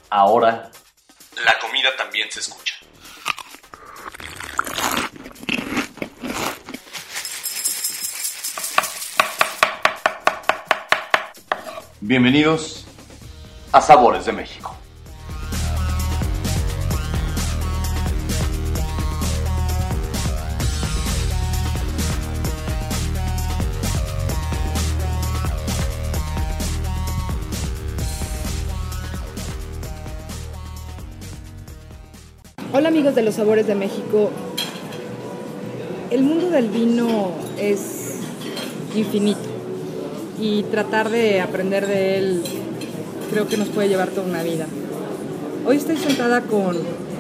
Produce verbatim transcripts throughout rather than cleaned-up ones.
Ahora, la comida también se escucha. Bienvenidos a Sabores de México. Hola amigos de los Sabores de México. El mundo del vino es infinito y tratar de aprender de él creo que nos puede llevar toda una vida. Hoy estoy sentada con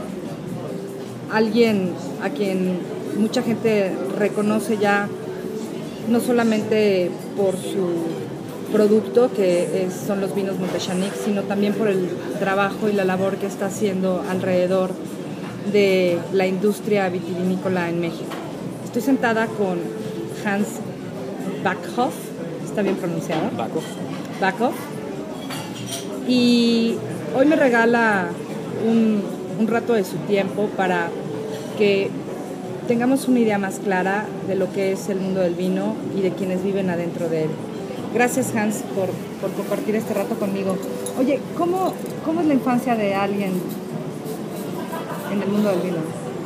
alguien a quien mucha gente reconoce ya, no solamente por su producto, que es, son los vinos Montechanic, sino también por el trabajo y la labor que está haciendo alrededor de la industria vitivinícola en México. Estoy sentada con Hans Backhoff, ¿está bien pronunciado? Backhoff. Backhoff. Y hoy me regala un, un rato de su tiempo para que tengamos una idea más clara de lo que es el mundo del vino y de quienes viven adentro de él. Gracias, Hans, por, por compartir este rato conmigo. Oye, ¿cómo, cómo es la infancia de alguien en el mundo del vino?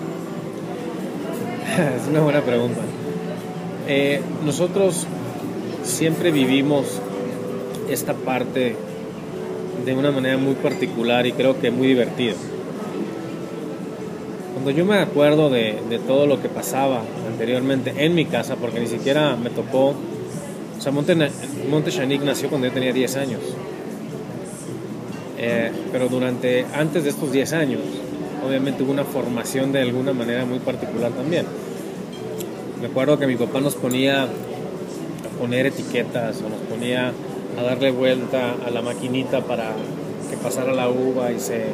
Es una buena pregunta. Eh, nosotros siempre vivimos esta parte de una manera muy particular y creo que muy divertida. Cuando yo me acuerdo de, de todo lo que pasaba anteriormente en mi casa, porque ni siquiera me tocó, o sea, Monte, Montechanic nació cuando yo tenía diez años, eh, pero durante, antes de estos diez años, obviamente hubo una formación de alguna manera muy particular también. Me acuerdo que mi papá nos ponía a poner etiquetas o nos ponía a darle vuelta a la maquinita para que pasara la uva y se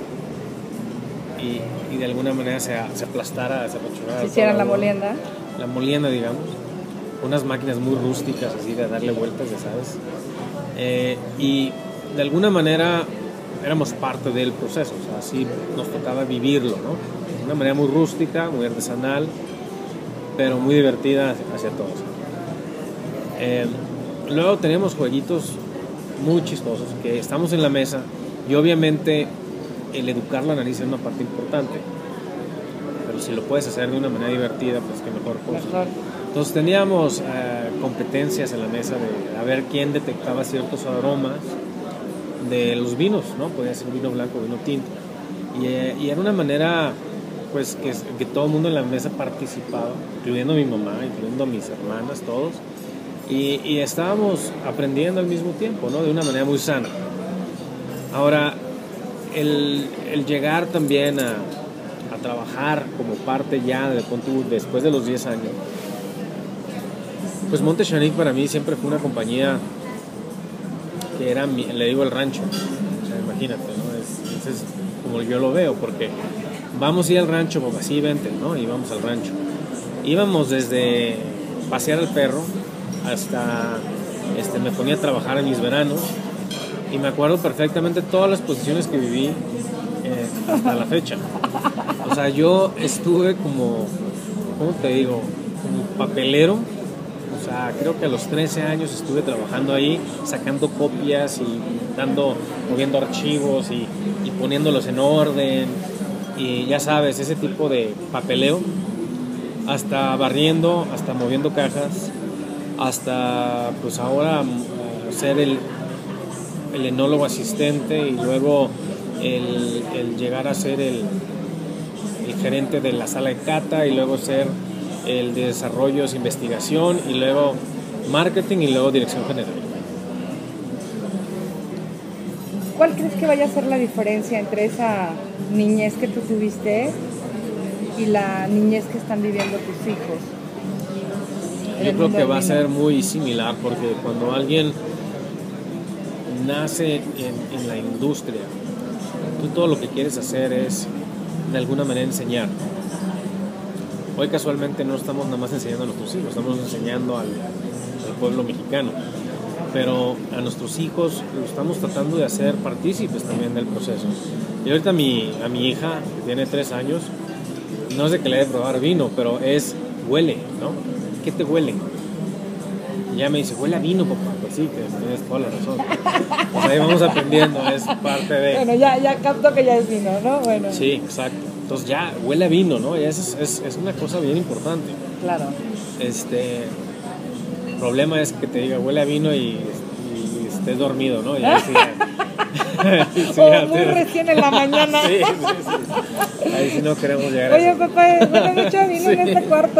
y, y de alguna manera se, se aplastara, se apachurrara. Si hicieran la molienda. La molienda, digamos. Unas máquinas muy rústicas así de darle vueltas, ya sabes. Eh, y de alguna manera éramos parte del proceso, o sea, así nos tocaba vivirlo, ¿no? De una manera muy rústica, muy artesanal, pero muy divertida hacia todos. Eh, luego teníamos jueguitos muy chistosos, que estamos en la mesa y obviamente el educar la nariz es una parte importante, pero si lo puedes hacer de una manera divertida, pues qué mejor cosa. Mejor. Entonces teníamos eh, competencias en la mesa de a ver quién detectaba ciertos aromas de los vinos, ¿no? Podía ser vino blanco, vino tinto. Y, eh, y era una manera, pues, que, que todo el mundo en la mesa participaba, incluyendo mi mamá, incluyendo a mis hermanas, todos. Y, y estábamos aprendiendo al mismo tiempo, ¿no? De una manera muy sana. Ahora, el, el llegar también a, a trabajar como parte ya de, después de los diez años, pues Montechanic para mí siempre fue una compañía que era, mi, le digo, el rancho. O sea, imagínate, ¿no? Es, es como yo lo veo, porque vamos a ir al rancho, pues así vente, ¿no? Íbamos al rancho. Íbamos desde pasear al perro hasta, este, me ponía a trabajar en mis veranos y me acuerdo perfectamente todas las posiciones que viví eh, hasta la fecha. O sea, yo estuve como, ¿cómo te digo? Como papelero. O sea, creo que a los trece años estuve trabajando ahí, sacando copias y dando, moviendo archivos y, y poniéndolos en orden. Y ya sabes, ese tipo de papeleo, hasta barriendo, hasta moviendo cajas, hasta pues ahora uh, ser el, el enólogo asistente y luego el, el llegar a ser el, el gerente de la sala de cata y luego ser el de desarrollos, investigación y luego marketing y luego dirección general. ¿Cuál crees que vaya a ser la diferencia entre esa niñez que tú tuviste y la niñez que están viviendo tus hijos? Yo creo que va a ser muy similar, porque cuando alguien nace en, en la industria, tú todo lo que quieres hacer es de alguna manera enseñar. Hoy casualmente no estamos nada más enseñando a nuestros hijos, estamos enseñando al, al pueblo mexicano. pero a nuestros hijos lo estamos tratando de hacer partícipes también del proceso. Y ahorita mi, a mi hija, que tiene tres años, no sé que le dé probar vino, pero es, huele, ¿no? ¿Qué te huele? Y ya me dice, huele a vino, papá. Pues sí, que tienes toda la razón. Pues ahí vamos aprendiendo, es parte de... Bueno, ya, ya capto que ya es vino, ¿no? Bueno. Sí, exacto. Entonces ya huele a vino, ¿no? Y eso es, es, es una cosa bien importante. Claro. Este, el problema es que te diga huele a vino y, y estés dormido, ¿no? Y ahí sí, sí, o muy te... recién en la mañana. Sí, sí, sí. Ahí sí no queremos llegar. Oye, a eso. papá, huele mucho a vino sí. en este cuarto.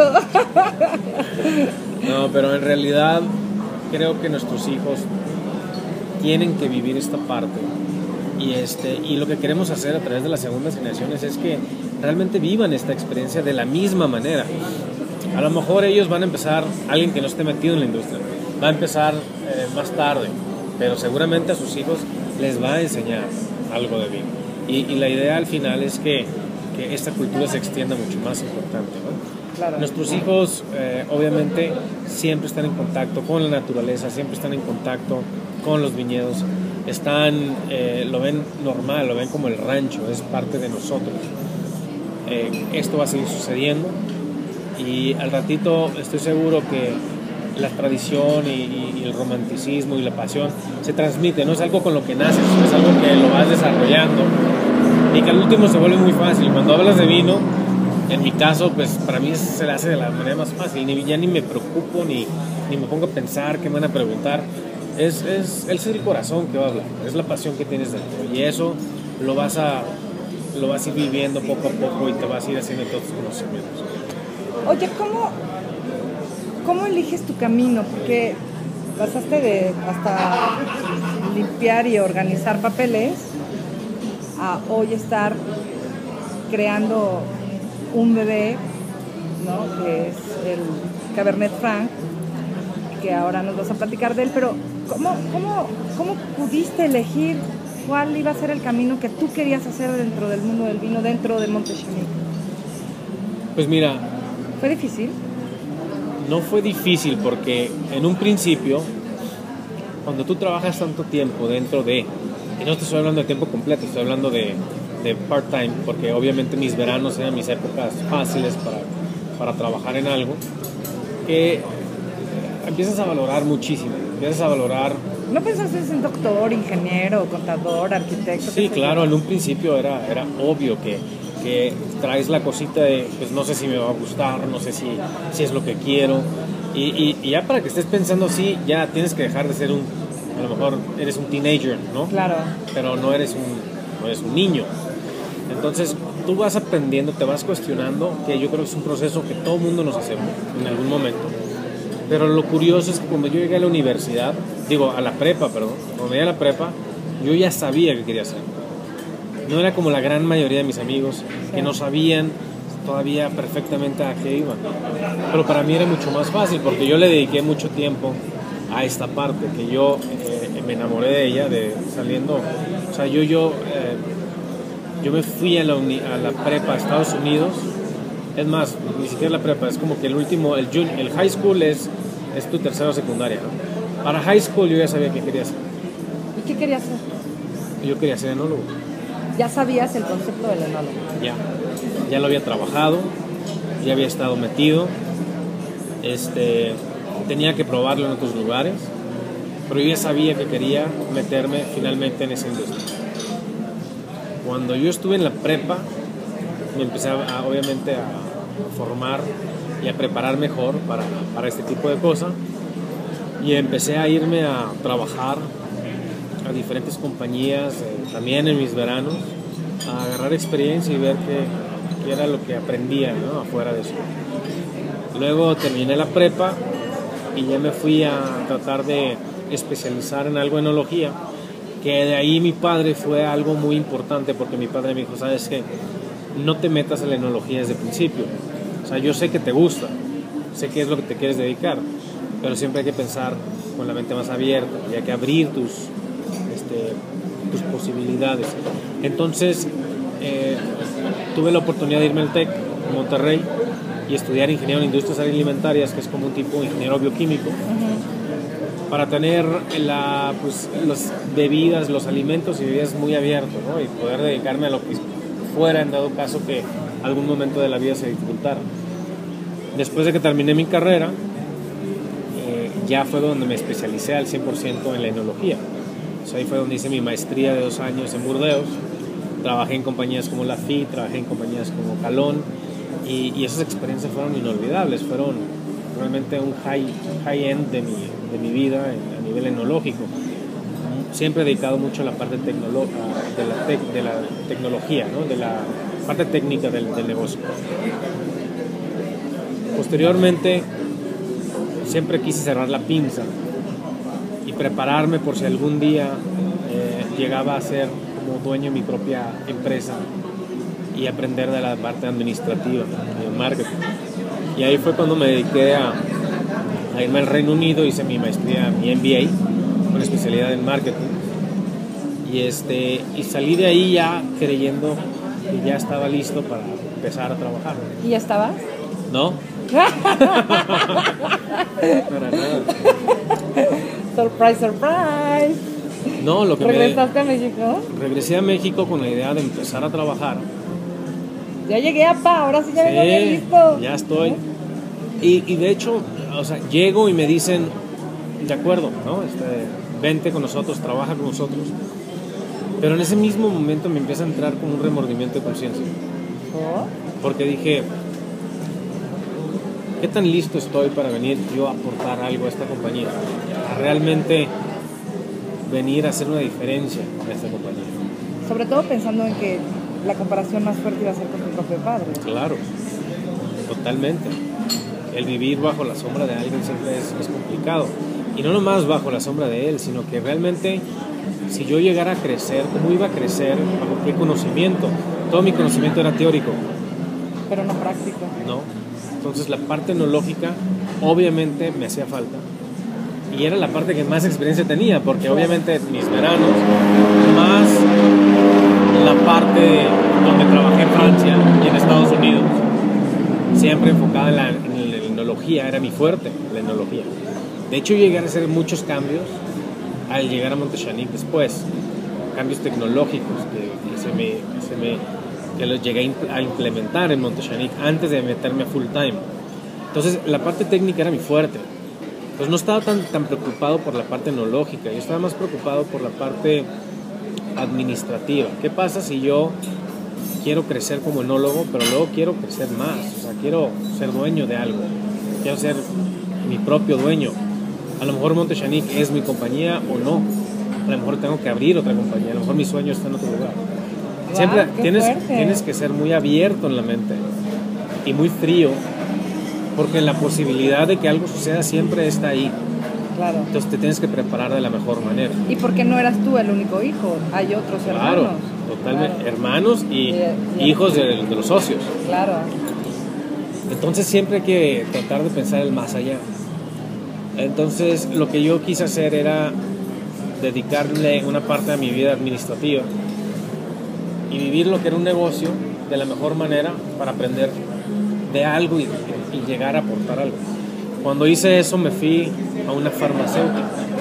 No, pero en realidad creo que nuestros hijos tienen que vivir esta parte. Y, este, y lo que queremos hacer a través de las segundas generaciones es que realmente vivan esta experiencia de la misma manera. A lo mejor ellos van a empezar, alguien que no esté metido en la industria, va a empezar eh, más tarde, pero seguramente a sus hijos les va a enseñar algo de vino. Y, y la idea al final es que, que esta cultura se extienda mucho más importante, ¿no? Claro. Nuestros hijos eh, obviamente siempre están en contacto con la naturaleza, siempre están en contacto con los viñedos, están, eh, lo ven normal, lo ven como el rancho, es parte de nosotros. Eh, esto va a seguir sucediendo y al ratito estoy seguro que la tradición y, y, y el romanticismo y la pasión se transmite, no es algo con lo que naces, es algo que lo vas desarrollando y que al último se vuelve muy fácil. Cuando hablas de vino, en mi caso, pues para mí se le hace de la manera más fácil, ni, ya ni me preocupo, ni, ni me pongo a pensar qué me van a preguntar. Es, es, es el corazón que va a hablar, es la pasión que tienes dentro y eso lo vas a, lo vas a ir viviendo poco a poco y te vas a ir haciendo todos tus conocimientos. Oye, ¿cómo, cómo eliges tu camino? Porque pasaste de hasta limpiar y organizar papeles a hoy estar creando un bebé, ¿no? Que es el Cabernet Franc, que ahora nos vas a platicar de él, pero ¿cómo, cómo, cómo pudiste elegir cuál iba a ser el camino que tú querías hacer dentro del mundo del vino, dentro de Monte-Chanique? Pues mira... ¿Fue difícil? No fue difícil porque en un principio, cuando tú trabajas tanto tiempo dentro de, y no te estoy hablando de tiempo completo, estoy hablando de, de part-time, porque obviamente mis veranos eran mis épocas fáciles para, para trabajar en algo, que empiezas a valorar muchísimo, empiezas a valorar... ¿No pensaste en doctor, ingeniero, contador, arquitecto? Sí, claro, en un principio era, era obvio que, que traes la cosita de, pues no sé si me va a gustar, no sé si, si es lo que quiero, y, y, y ya para que estés pensando así, ya tienes que dejar de ser un, a lo mejor eres un teenager, ¿no? Claro. Pero no eres un, no eres un niño. Entonces tú vas aprendiendo, te vas cuestionando, que yo creo que es un proceso que todo el mundo nos hacemos en algún momento. Pero lo curioso es que cuando yo llegué a la universidad, digo, a la prepa, perdón, cuando llegué a la prepa, yo ya sabía qué quería hacer. No era como la gran mayoría de mis amigos que no sabían todavía perfectamente a qué iban. Pero para mí era mucho más fácil porque yo le dediqué mucho tiempo a esta parte, que yo eh, me enamoré de ella, de saliendo, o sea, yo, yo, eh, yo me fui a la, uni, a la prepa a Estados Unidos. Es más, ni siquiera la prepa, es como que el último, el, junior, el high school es, es tu tercera o secundaria, ¿no? Para high school yo ya sabía qué quería hacer. ¿Y qué querías hacer? Yo quería ser enólogo. ¿Ya sabías el concepto del enólogo? Ya, ya lo había trabajado, ya había estado metido, este, tenía que probarlo en otros lugares, pero yo ya sabía que quería meterme finalmente en esa industria. Cuando yo estuve en la prepa, me empecé a, a, obviamente a formar y a preparar mejor para, para este tipo de cosas y empecé a irme a trabajar a diferentes compañías, eh, también en mis veranos, a agarrar experiencia y ver qué, qué era lo que aprendía, ¿no? Afuera de eso. Luego terminé la prepa y ya me fui a tratar de especializar en algo de enología, que de ahí mi padre fue algo muy importante porque mi padre me dijo, ¿sabes qué? No te metas en la enología desde el principio. O sea, yo sé que te gusta, sé que es lo que te quieres dedicar, pero siempre hay que pensar con la mente más abierta y hay que abrir tus, este, tus posibilidades. Entonces, eh, tuve la oportunidad de irme al TEC en Monterrey y estudiar ingeniero en industrias agroalimentarias, que es como un tipo de ingeniero bioquímico. Uh-huh. para tener la, pues, las bebidas, los alimentos y bebidas muy abiertos, ¿no? Y poder dedicarme a lo que fuera en dado caso que algún momento de la vida se dificultara. Después de que terminé mi carrera, eh, ya fue donde me especialicé al cien por ciento en la enología. O sea, ahí fue donde hice mi maestría de dos años en Burdeos. Trabajé en compañías como Lafite, trabajé en compañías como Calón, y, y esas experiencias fueron inolvidables, fueron realmente un high, high end de mi, de mi vida en, a nivel enológico. Siempre he dedicado mucho a la parte tecnolo- de, la tec- de la tecnología, ¿no? De la parte técnica del, del negocio. Posteriormente, siempre quise cerrar la pinza y prepararme por si algún día eh, llegaba a ser como dueño de mi propia empresa y aprender de la parte administrativa y el marketing. Y ahí fue cuando me dediqué a, a irme al Reino Unido, hice mi maestría, mi M B A, con especialidad en marketing. Y, este, y salí de ahí ya creyendo que ya estaba listo para empezar a trabajar. ¿Y ya estabas? ¿No? Para nada. Surprise, surprise. No, lo que ¿Regresaste me... a México? Regresé a México con la idea de empezar a trabajar. Ya llegué, apa, ahora sí ya Sí, vengo bien listo. ya estoy. Y, y de hecho, o sea, llego y me dicen, de acuerdo, ¿no? Este, vente con nosotros, trabaja con nosotros. Pero en ese mismo momento me empieza a entrar como un remordimiento de conciencia. ¿Oh? Porque dije, ¿qué tan listo estoy para venir yo a aportar algo a esta compañía? A realmente venir a hacer una diferencia en esta compañía. Sobre todo pensando en que la comparación más fuerte iba a ser con tu propio padre. Claro, totalmente. El vivir bajo la sombra de alguien siempre es, es complicado. Y no nomás bajo la sombra de él, sino que realmente si yo llegara a crecer, ¿cómo iba a crecer? ¿Bajo qué conocimiento? Todo mi conocimiento era teórico. Pero no práctico. No. Entonces la parte enológica obviamente me hacía falta. Y era la parte que más experiencia tenía, porque obviamente mis veranos, más la parte donde trabajé en Francia y en Estados Unidos, siempre enfocada en la, en la enología, era mi fuerte, la enología. De hecho, llegué a hacer muchos cambios al llegar a Montechanic después, cambios tecnológicos que, que, se me, que, se me, que los llegué a implementar en Montechanic antes de meterme a full time. Entonces, la parte técnica era mi fuerte. Pues no estaba tan, tan preocupado por la parte enológica, yo estaba más preocupado por la parte administrativa. ¿Qué pasa si yo quiero crecer como enólogo, pero luego quiero crecer más? O sea, quiero ser dueño de algo, quiero ser mi propio dueño. A lo mejor Montechanic es mi compañía o no. A lo mejor tengo que abrir otra compañía, a lo mejor mi sueño está en otro lugar. Wow, Siempre qué tienes, fuerte. tienes que ser muy abierto en la mente y muy frío, porque la posibilidad de que algo suceda siempre está ahí. Claro. Entonces te tienes que preparar de la mejor manera. ¿Y por qué no eras tú el único hijo? Hay otros Claro, hermanos. totalmente. Claro. Hermanos y Y- y- hijos de, de los socios. Claro. Entonces siempre hay que tratar de pensar el más allá. Entonces lo que yo quise hacer era dedicarle una parte de mi vida administrativa y vivir lo que era un negocio de la mejor manera para aprender de algo y, y llegar a aportar algo. Cuando hice eso me fui a una farmacéutica.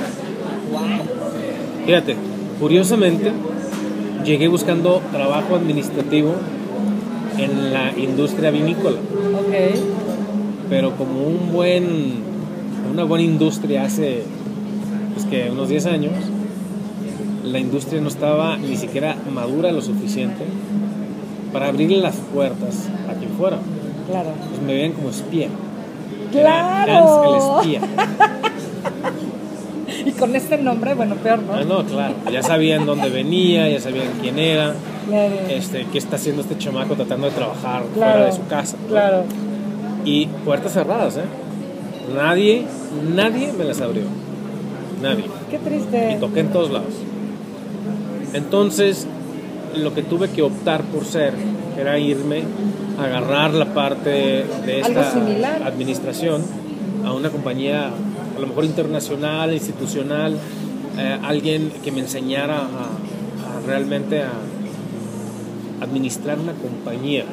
Fíjate, curiosamente llegué buscando trabajo administrativo en la industria vinícola, Ok. pero como un buen, una buena industria hace pues que unos diez años, la industria no estaba ni siquiera madura lo suficiente para abrirle las puertas a quien fuera. Claro. Pues me veían como espía. ¡Claro! Era Hans el espía. Y con este nombre, bueno, peor, ¿no? Ah, no, claro. Ya sabían dónde venía, ya sabían quién era, Claro. este, qué está haciendo este chamaco tratando de trabajar Claro. fuera de su casa, ¿no? Claro. Y puertas cerradas, ¿eh? Nadie, nadie me las abrió. Nadie. Qué triste. Y toqué en todos lados. Entonces, lo que tuve que optar por ser era irme a agarrar la parte de Algo esta similar. administración a una compañía, a lo mejor internacional, institucional, eh, alguien que me enseñara a, a realmente a administrar una compañía.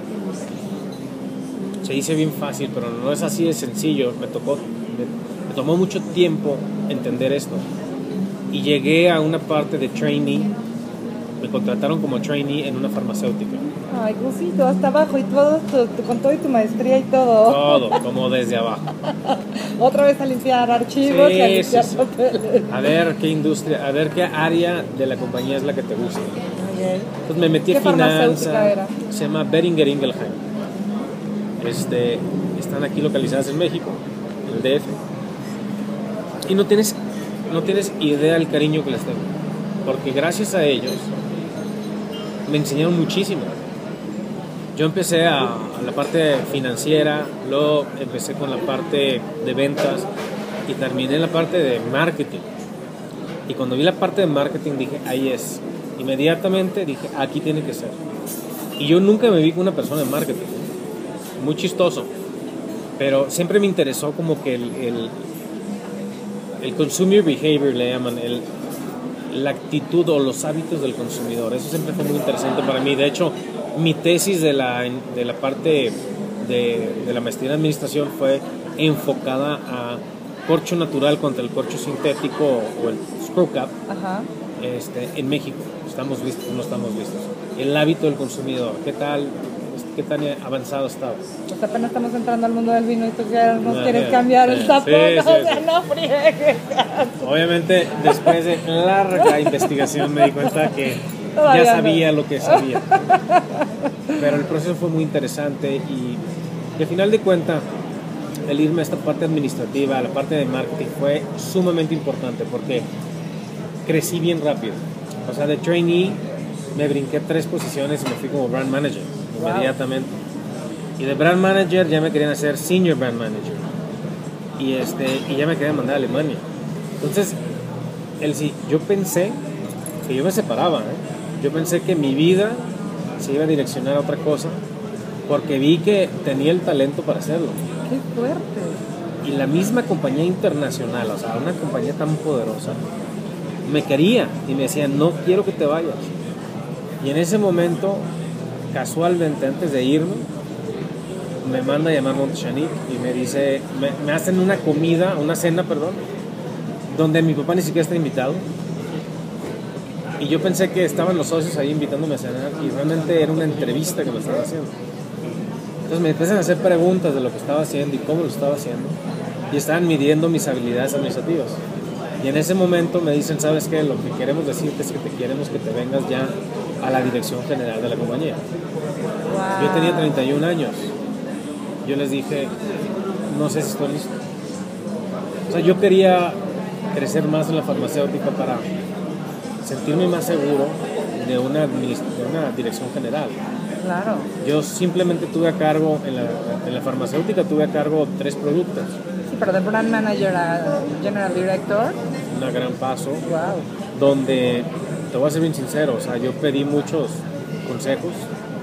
Se dice bien fácil, pero no es así de sencillo. Me tocó, me, me tomó mucho tiempo entender esto. Y llegué a una parte de trainee, me contrataron como trainee en una farmacéutica. Ay, Gusito, hasta abajo y todo, tu, tu, con todo y tu maestría y todo. Todo, como desde abajo. Otra vez a limpiar archivos Sí, y a limpiar sí, sí. papeles. A ver qué industria, a ver qué área de la compañía es la que te gusta. Okay. Entonces me metí ¿Qué a finanzas. farmacéutica era? Se llama Boehringer Ingelheim. Este, están aquí localizadas en México, en el D F. Y no tienes, no tienes idea del cariño que les tengo. Porque gracias a ellos me enseñaron muchísimo. Yo empecé a, a la parte financiera, luego empecé con la parte de ventas y terminé en la parte de marketing. Y cuando vi la parte de marketing dije, ahí es. Inmediatamente dije, aquí tiene que ser. Y yo nunca me vi con una persona de marketing. Muy chistoso. Pero siempre me interesó como que el, el, el consumer behavior, le llaman, el, la actitud o los hábitos del consumidor. Eso siempre fue muy interesante para mí. De hecho, mi tesis de la, de la parte de, de la maestría en administración fue enfocada a corcho natural contra el corcho sintético o el screw cap. Ajá. Este, en México. ¿Estamos listos o no estamos listos? El hábito del consumidor, ¿qué tal, qué tan avanzado estaba? Pues apenas estamos entrando al mundo del vino y tú ya nos Ah, quieres bien, cambiar bien. el sapo. Sí, no, sí, o sea, sí. no friegues. Obviamente, después de larga investigación me di cuenta que Todavía ya no. sabía lo que sabía. Pero el proceso fue muy interesante y, y al final de cuentas, el irme a esta parte administrativa, a la parte de marketing, fue sumamente importante porque crecí bien rápido. O sea, de trainee me brinqué tres posiciones y me fui como brand manager inmediatamente. Y de brand manager ya me querían hacer senior brand manager. Y, este, y ya me querían mandar a Alemania. Entonces, él sí, yo pensé que yo me separaba. ¿eh? Yo pensé que mi vida se iba a direccionar a otra cosa porque vi que tenía el talento para hacerlo. Qué fuerte. Y la misma compañía internacional, o sea, una compañía tan poderosa, me quería y me decía, no quiero que te vayas. Y en ese momento, casualmente, antes de irme, me manda a llamar Montechanic y me dice, me, me hacen una comida, una cena, perdón, donde mi papá ni siquiera está invitado. Y yo pensé que estaban los socios ahí invitándome a cenar y realmente era una entrevista que me estaban haciendo. Entonces me empiezan a hacer preguntas de lo que estaba haciendo y cómo lo estaba haciendo. Y estaban midiendo mis habilidades administrativas. Y en ese momento me dicen, ¿sabes qué? Lo que queremos decirte es que te queremos que te vengas ya a la dirección general de la compañía. Wow. Yo tenía treinta y un años. Yo les dije, no sé si estoy listo. O sea, yo quería crecer más en la farmacéutica para sentirme más seguro de una, administ- de una dirección general. Claro. Yo simplemente tuve a cargo, en la, en la farmacéutica tuve a cargo tres productos. Sí, pero de brand manager a general director. Un gran paso. Wow. Donde, te voy a ser bien sincero, o sea, yo pedí muchos consejos.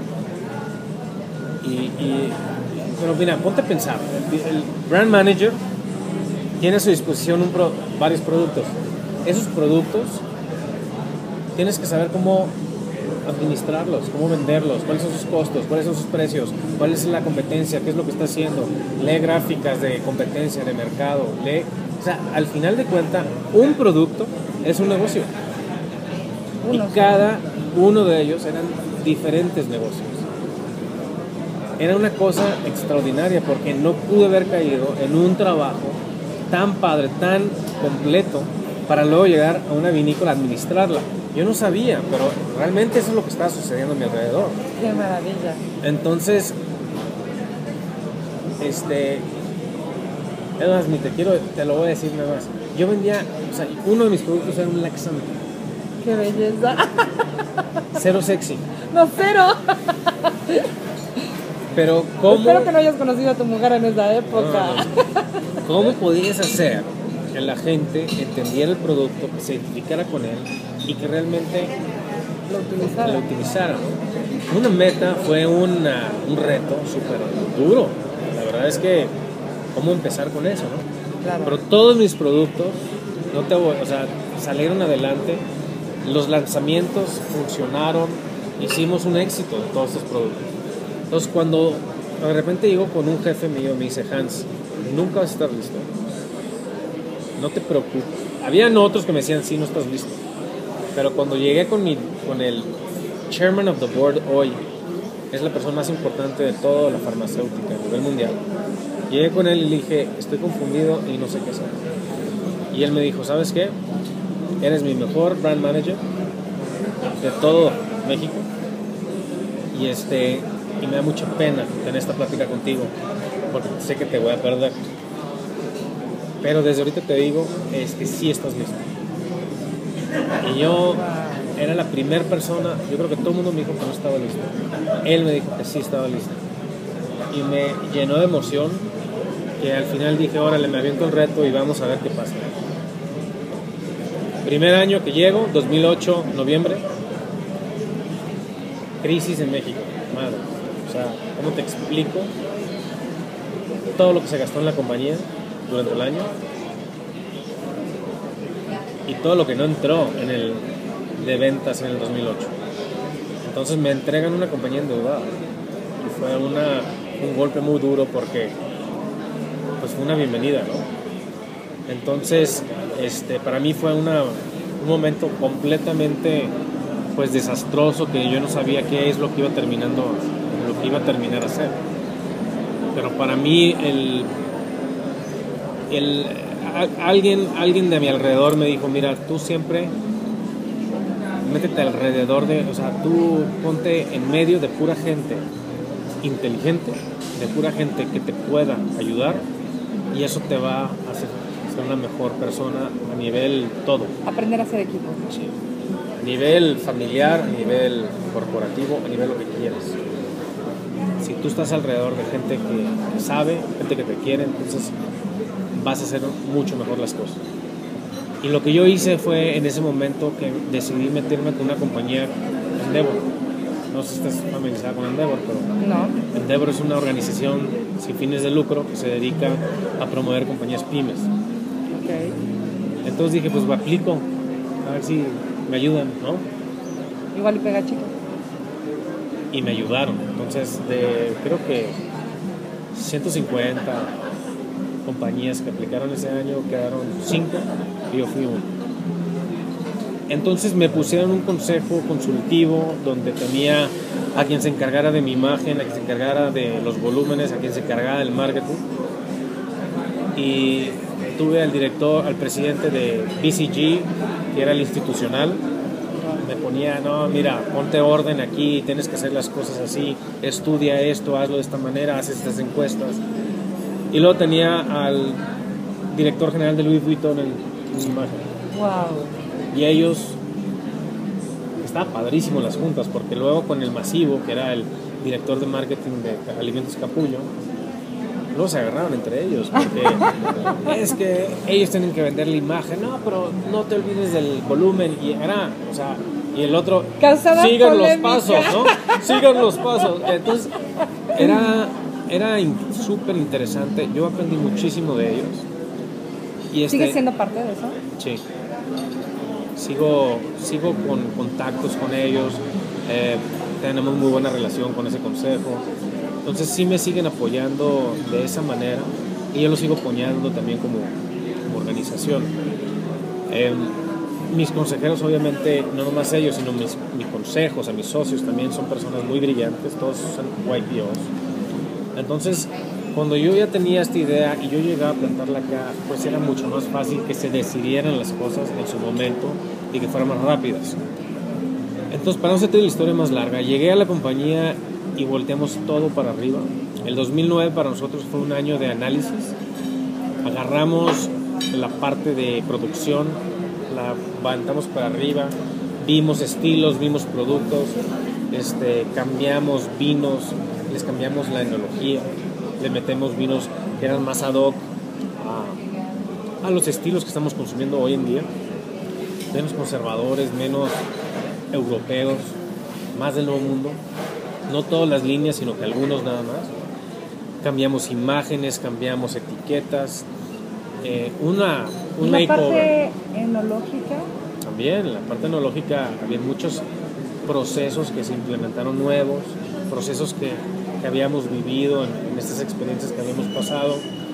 Y, y pero mira, ponte a pensar. El, el brand manager tiene a su disposición un pro, varios productos. Esos productos tienes que saber cómo administrarlos, cómo venderlos, cuáles son sus costos, cuáles son sus precios, cuál es la competencia, qué es lo que está haciendo. Lee gráficas de competencia, de mercado, lee, o sea, al final de cuentas, un producto es un negocio. Uno, y cada uno de ellos eran diferentes negocios. Era una cosa extraordinaria porque no pude haber caído en un trabajo tan padre, tan completo, para luego llegar a una vinícola a administrarla. Yo no sabía, pero realmente eso es lo que estaba sucediendo a mi alrededor. Qué maravilla. Entonces, este, es más, ni te quiero, te lo voy a decir nada más. Yo vendía, o sea, uno de mis productos era un laxante. Qué belleza. Cero sexy. No, cero. Pero ¿cómo? Espero que no hayas conocido a tu mujer en esa época. No, no. ¿Cómo podías hacer que la gente entendiera el producto, que se identificara con él y que realmente Lo utilizara. lo utilizara? Una meta fue una, un reto súper duro. La verdad es que, ¿cómo empezar con eso, no? Claro. Pero todos mis productos, no te voy, o sea, salieron adelante. Los lanzamientos funcionaron. Hicimos un éxito de todos estos productos. Entonces, cuando de repente llego con un jefe mío, me dice, Hans, nunca vas a estar listo. no te preocupes. Habían otros que me decían, sí, no estás listo. Pero cuando llegué con, mi, con el chairman of the board hoy, es la persona más importante de toda la farmacéutica a nivel mundial, llegué con él y le dije, estoy confundido y no sé qué hacer. Y él me dijo, ¿sabes qué? Eres mi mejor brand manager de todo México. Y, este, y me da mucha pena tener esta plática contigo, porque sé que te voy a perder. Pero desde ahorita te digo, es que sí estás listo. Y yo era la primera persona, yo creo que todo el mundo me dijo que no estaba listo. Él me dijo que sí estaba listo. Y me llenó de emoción, que al final dije, órale, me aviento el reto y vamos a ver qué pasa. Primer año que llego, dos mil ocho, noviembre, crisis en México, madre. O sea, ¿cómo te explico todo lo que se gastó en la compañía durante el año? Y todo lo que no entró en el de ventas en el dos mil ocho. Entonces me entregan una compañía endeudada. Y fue una, un golpe muy duro porque pues fue una bienvenida, ¿no? Entonces, este, para mí fue una, un momento completamente pues desastroso, que yo no sabía qué es lo que iba terminando, lo que iba a terminar a hacer. Pero para mí el, el a, alguien, alguien de mi alrededor me dijo, mira, tú siempre métete alrededor de, o sea, tú ponte en medio de pura gente inteligente, de pura gente que te pueda ayudar, y eso te va a hacer ser una mejor persona a nivel todo. Aprender a ser equipo. Sí. A nivel familiar, a nivel corporativo, a nivel lo que quieras. Si tú estás alrededor de gente que, que sabe, gente que te quiere, entonces vas a hacer mucho mejor las cosas. Y lo que yo hice fue en ese momento que decidí meterme con una compañía, Endeavor. No sé si estás familiarizada con Endeavor, pero no. Endeavor es una organización sin fines de lucro que se dedica a promover compañías pymes. Okay. Entonces dije, pues me aplico, a ver si me ayudan, ¿no? Igual y pega chico. Y me ayudaron. Entonces, de creo que ciento cincuenta compañías que aplicaron ese año, quedaron cinco y yo fui uno. Entonces me pusieron un consejo consultivo donde tenía a quien se encargara de mi imagen, a quien se encargara de los volúmenes, a quien se encargara del marketing. Y tuve al director, al presidente de B C G, que era el institucional. Me ponía, no, mira, ponte orden aquí, tienes que hacer las cosas así, estudia esto, hazlo de esta manera, haz estas encuestas. Y luego tenía al director general de Louis Vuitton en mi imagen. Wow. Y ellos, estaban padrísimos las juntas, porque luego con el Masivo, que era el director de marketing de Alimentos Capullo, luego se agarraron entre ellos, porque es que ellos tienen que vender la imagen, no, pero no te olvides del volumen, y era, o sea, y el otro, causaba sigan polémica. los pasos, ¿no? Sigan los pasos. Entonces, era, era in, súper interesante, yo aprendí muchísimo de ellos. Y este, ¿Sigues siendo parte de eso? Sí. Sigo, sigo con contactos con ellos, eh, tenemos muy buena relación con ese consejo. Entonces sí me siguen apoyando de esa manera y yo los sigo apoyando también como, como organización. Eh, mis consejeros, obviamente, no nomás ellos, sino mis, mis consejos, a mis socios también son personas muy brillantes, todos son Y P Os. Entonces, cuando yo ya tenía esta idea y yo llegaba a plantarla acá, pues era mucho más fácil que se decidieran las cosas en su momento y que fueran más rápidas. Entonces, para no hacerte la historia más larga, llegué a la compañía y volteamos todo para arriba. El dos mil nueve para nosotros fue un año de análisis. Agarramos la parte de producción, la levantamos para arriba, vimos estilos, vimos productos, este, cambiamos vinos, les cambiamos la enología, le metemos vinos que eran más ad hoc a, a los estilos que estamos consumiendo hoy en día, menos conservadores, menos europeos, más del nuevo mundo. No todas las líneas, sino que algunos nada más. Cambiamos imágenes, cambiamos etiquetas, eh, una, un ¿La makeover. parte enológica? También, la parte enológica, había muchos procesos que se implementaron nuevos, procesos que, que habíamos vivido en, en estas experiencias que habíamos pasado.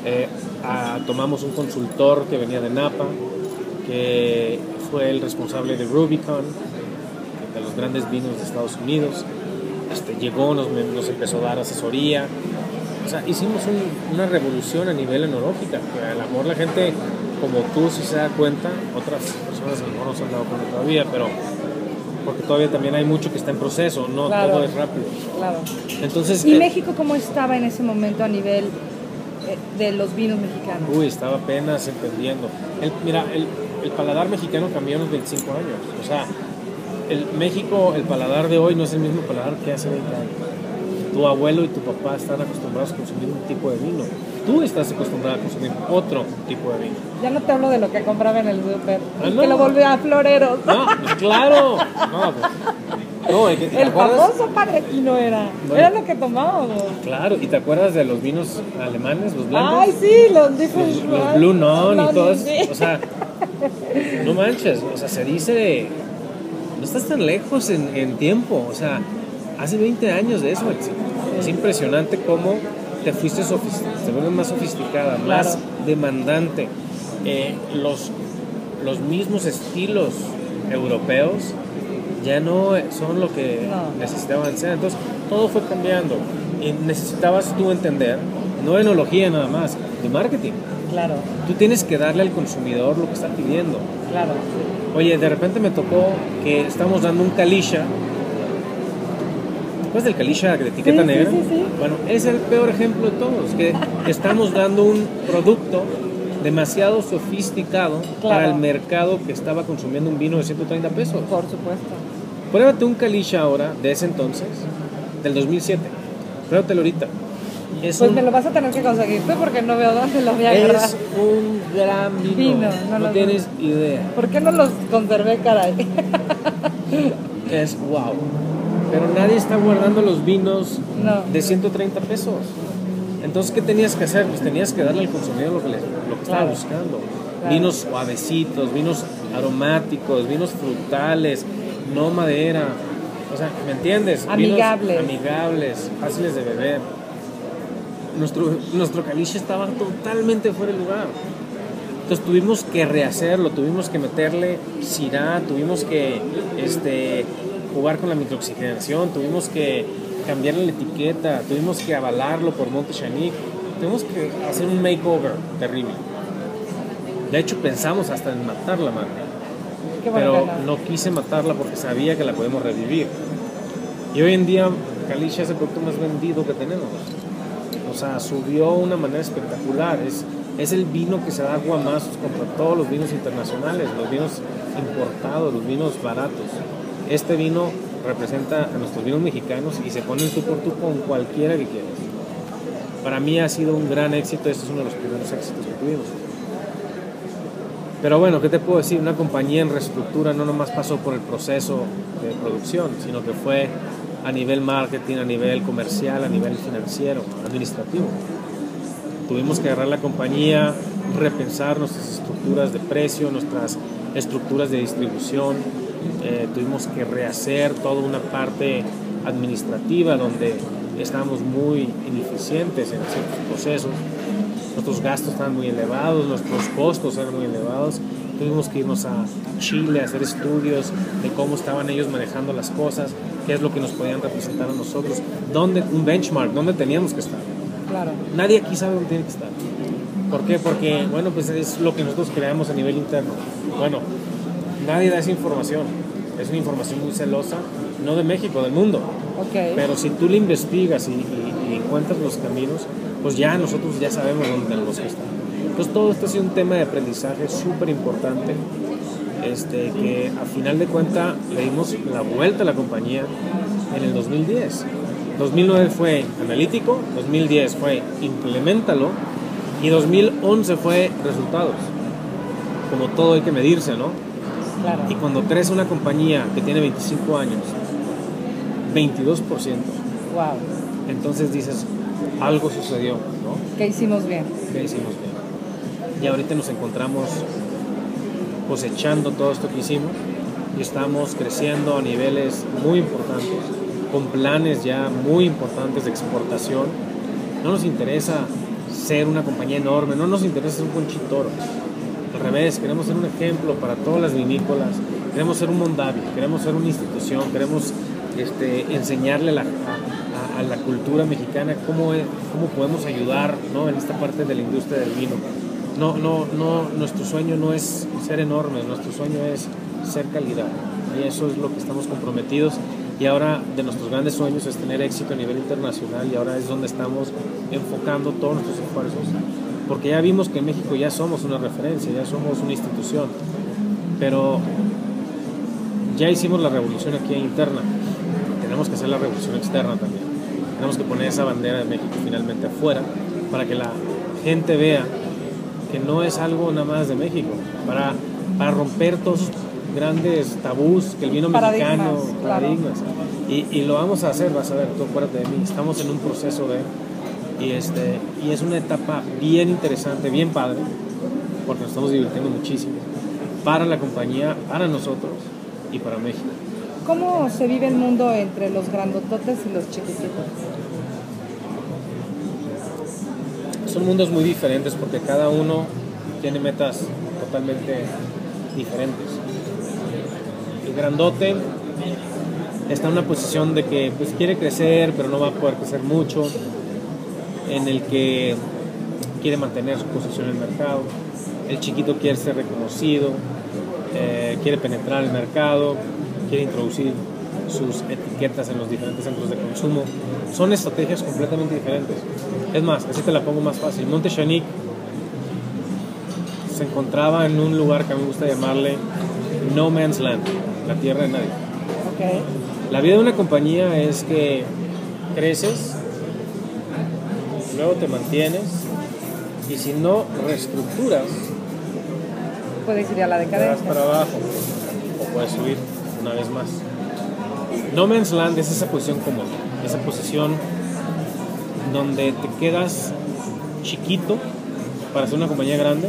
Eh, a, tomamos un consultor que venía de Napa, que fue el responsable de Rubicon, de los grandes vinos de Estados Unidos. Este, llegó, nos, nos empezó a dar asesoría. O sea, hicimos un, una revolución a nivel enológica. Que a lo mejor la gente, como tú, si se da cuenta, otras personas a lo mejor no se han dado cuenta todavía, pero porque todavía también hay mucho que está en proceso, no claro, todo es rápido. Claro. Entonces, ¿Y eh, México cómo estaba en ese momento a nivel eh, de los vinos mexicanos? Uy, estaba apenas entendiendo. El, mira, el, el paladar mexicano cambió en los veinticinco años. O sea, el México, el paladar de hoy no es el mismo paladar que hace veinte años. Tu abuelo y tu papá están acostumbrados a consumir un tipo de vino. Tú estás acostumbrado a consumir otro tipo de vino. Ya no te hablo de lo que compraba en el súper, Ah, no. que lo volvía a floreros. No, pues claro. No, pues, no, el, el famoso Padre Quino era. Bueno, era lo que tomábamos. Claro, ¿y te acuerdas de los vinos alemanes, los blancos? Ay, sí, los los, los Blue Non y todos. Sí. O sea, no manches, o sea, se dice, no estás tan lejos en, en tiempo, o sea, hace veinte años de eso. Es, es impresionante cómo te fuiste sofisticada, te vuelves más sofisticada, claro, más demandante. Eh, los, los mismos estilos europeos ya no son lo que no. necesitaban ser. Entonces, todo fue cambiando. Y necesitabas tú entender, no enología nada más, de marketing. Claro. Tú tienes que darle al consumidor lo que está pidiendo. Claro. Oye, de repente me tocó que estamos dando un Kalisha. ¿Cuál es el Kalisha de etiqueta sí, negra? Sí, sí, sí. Bueno, es el peor ejemplo de todos, que estamos dando un producto demasiado sofisticado, claro, para el mercado que estaba consumiendo un vino de ciento treinta pesos. Por supuesto. Pruébate un Kalisha ahora, de ese entonces, del dos mil siete. Pruébatelo ahorita. Es pues un, me lo vas a tener que conseguir tú porque no veo dónde lo voy a agarrar. Es un gran vino, vino no, no tienes veo. idea. ¿Por qué no los conservé, caray? Es wow. Pero nadie está guardando los vinos no. de ciento treinta pesos. Entonces, ¿qué tenías que hacer? Pues tenías que darle al consumidor lo que, le, lo que estaba claro. buscando. Claro. Vinos suavecitos, vinos aromáticos, vinos frutales, no madera. O sea, ¿me entiendes? Amigables. Vinos amigables, fáciles de beber. Nuestro, nuestro Kalisha estaba totalmente fuera de lugar. Entonces tuvimos que rehacerlo, tuvimos que meterle Syrah, tuvimos que este, jugar con la microoxigenación, tuvimos que cambiarle la etiqueta, tuvimos que avalarlo por Montechanic, tuvimos que hacer un makeover terrible. De hecho pensamos hasta en matar la marca, pero no quise matarla porque sabía que la podemos revivir. Y hoy en día Kalisha es el producto más vendido que tenemos. O sea, subió de una manera espectacular. Es, es el vino que se da guamazos contra todos los vinos internacionales, los vinos importados, los vinos baratos. Este vino representa a nuestros vinos mexicanos y se pone en tú por tú con cualquiera que quieras. Para mí ha sido un gran éxito, este es uno de los primeros éxitos que tuvimos. Pero bueno, ¿qué te puedo decir? Una compañía en reestructura no nomás pasó por el proceso de producción, sino que fue a nivel marketing, a nivel comercial, a nivel financiero, administrativo. Tuvimos que agarrar la compañía, repensar nuestras estructuras de precio, nuestras estructuras de distribución. Eh, tuvimos que rehacer toda una parte administrativa donde estábamos muy ineficientes en ciertos procesos. Nuestros gastos estaban muy elevados, nuestros costos eran muy elevados. Tuvimos que irnos a Chile a hacer estudios de cómo estaban ellos manejando las cosas, qué es lo que nos podían representar a nosotros, dónde, un benchmark, dónde teníamos que estar. Claro. Nadie aquí sabe dónde tiene que estar. ¿Por qué? Porque, bueno, pues es lo que nosotros creamos a nivel interno. Bueno, nadie da esa información. Es una información muy celosa, no de México, del mundo. Okay. Pero si tú la investigas y, y, y encuentras los caminos, pues ya nosotros ya sabemos dónde tenemos que estar. Entonces todo esto ha sido un tema de aprendizaje súper importante, este, que a final de cuentas le dimos la vuelta a la compañía en el dos mil diez. dos mil nueve fue analítico, dos mil diez fue implementalo y dos mil once fue resultados. Como todo hay que medirse, ¿no? Claro. Y cuando crees una compañía que tiene veinticinco años, veintidós por ciento, wow, entonces dices, algo sucedió, ¿no? ¿Qué hicimos bien? ¿Qué hicimos bien? Y ahorita nos encontramos cosechando todo esto que hicimos y estamos creciendo a niveles muy importantes, con planes ya muy importantes de exportación. No nos interesa ser una compañía enorme, no nos interesa ser un conchitoro. Al revés, queremos ser un ejemplo para todas las vinícolas, queremos ser un Mondavi, queremos ser una institución, queremos este, enseñarle a la, a, a la cultura mexicana cómo, es, cómo podemos ayudar, ¿no?, en esta parte de la industria del vino. No, no, no, nuestro sueño no es ser enorme, nuestro sueño es ser calidad, y eso es lo que estamos comprometidos. Y ahora de nuestros grandes sueños es tener éxito a nivel internacional, y ahora es donde estamos enfocando todos nuestros esfuerzos, porque ya vimos que en México ya somos una referencia, ya somos una institución, pero ya hicimos la revolución aquí interna, tenemos que hacer la revolución externa también. Tenemos que poner esa bandera de México finalmente afuera, para que la gente vea que no es algo nada más de México, para, para romper todos esos grandes tabús que el vino paradigmas, mexicano, claro. paradigmas, y, y lo vamos a hacer, vas a ver, tú acuérdate de mí, estamos en un proceso de, y, este, y es una etapa bien interesante, bien padre, porque nos estamos divirtiendo muchísimo, para la compañía, para nosotros y para México. ¿Cómo se vive el mundo entre los grandototes y los chiquititos? Son mundos muy diferentes porque cada uno tiene metas totalmente diferentes. El grandote está en una posición de que pues quiere crecer, pero no va a poder crecer mucho, en el que quiere mantener su posición en el mercado. El chiquito quiere ser reconocido, eh, quiere penetrar el mercado, quiere introducir sus etiquetas en los diferentes centros de consumo. Son estrategias completamente diferentes. Es más, así te la pongo más fácil. Monte-Chanique se encontraba en un lugar que a mí me gusta llamarle No Man's Land, la tierra de nadie. Okay. La vida de una compañía es que creces, luego te mantienes, y si no reestructuras, puedes ir a la te vas decadencia. para abajo o puedes subir una vez más. No Man's Land es esa posición cómoda, esa posición donde te quedas chiquito para ser una compañía grande,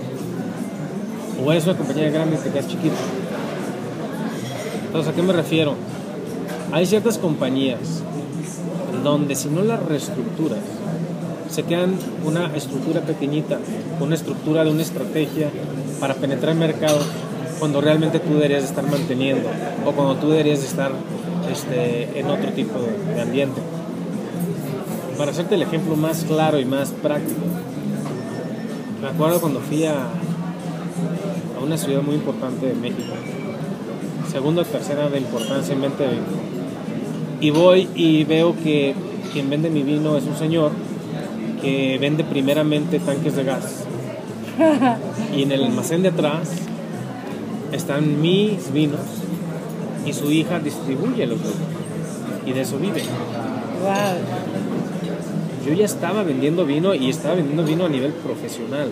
o eres una compañía grande y te quedas chiquito. Entonces, ¿a qué me refiero? Hay ciertas compañías donde si no las reestructuras, se quedan una estructura pequeñita, una estructura de una estrategia para penetrar el mercado, cuando realmente tú deberías de estar manteniendo, o cuando tú deberías de estar este, en otro tipo de, de ambiente. Para hacerte el ejemplo más claro y más práctico, me acuerdo cuando fui a, a una ciudad muy importante de México, segunda o tercera de importancia en venta de vino, y voy y veo que quien vende mi vino es un señor que vende primeramente tanques de gas, y en el almacén de atrás están mis vinos y su hija distribuye los vinos y de eso vive. Wow. Yo ya estaba vendiendo vino y estaba vendiendo vino a nivel profesional.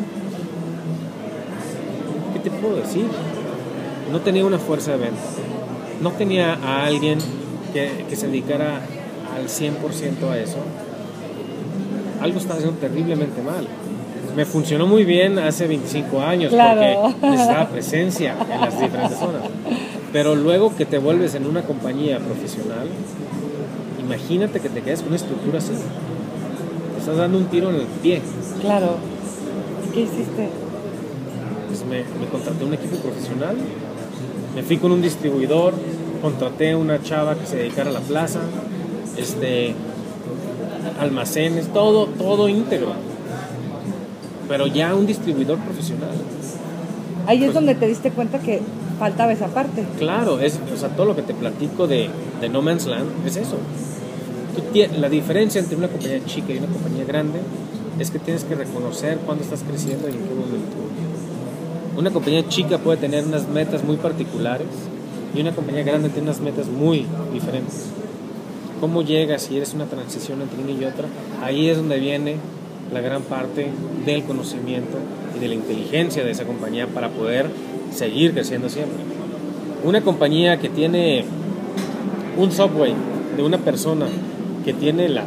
¿Qué te puedo decir? No tenía una fuerza de venta, no tenía a alguien que, que se dedicara al cien por ciento a eso. Algo estaba haciendo terriblemente mal. Me funcionó muy bien hace veinticinco años, claro, porque necesitaba presencia en las diferentes zonas. Pero luego que te vuelves en una compañía profesional, imagínate que te quedas con una estructura así. Te estás dando un tiro en el pie. Claro. ¿Y qué hiciste? Pues me, me contraté un equipo profesional, me fui con un distribuidor, contraté una chava que se dedicara a la plaza, este, almacenes, todo, todo íntegro. Pero ya un distribuidor profesional. Ahí es pues, donde te diste cuenta que faltaba esa parte. Claro, es, o sea, todo lo que te platico de, de No Man's Land es eso. Tú tienes, la diferencia entre una compañía chica y una compañía grande es que tienes que reconocer cuándo estás creciendo y en qué momento. Una compañía chica puede tener unas metas muy particulares y una compañía grande tiene unas metas muy diferentes. ¿Cómo llegas si eres una transición entre una y otra? Ahí es donde viene la gran parte del conocimiento y de la inteligencia de esa compañía para poder seguir creciendo siempre. Una compañía que tiene un Subway de una persona que tiene la,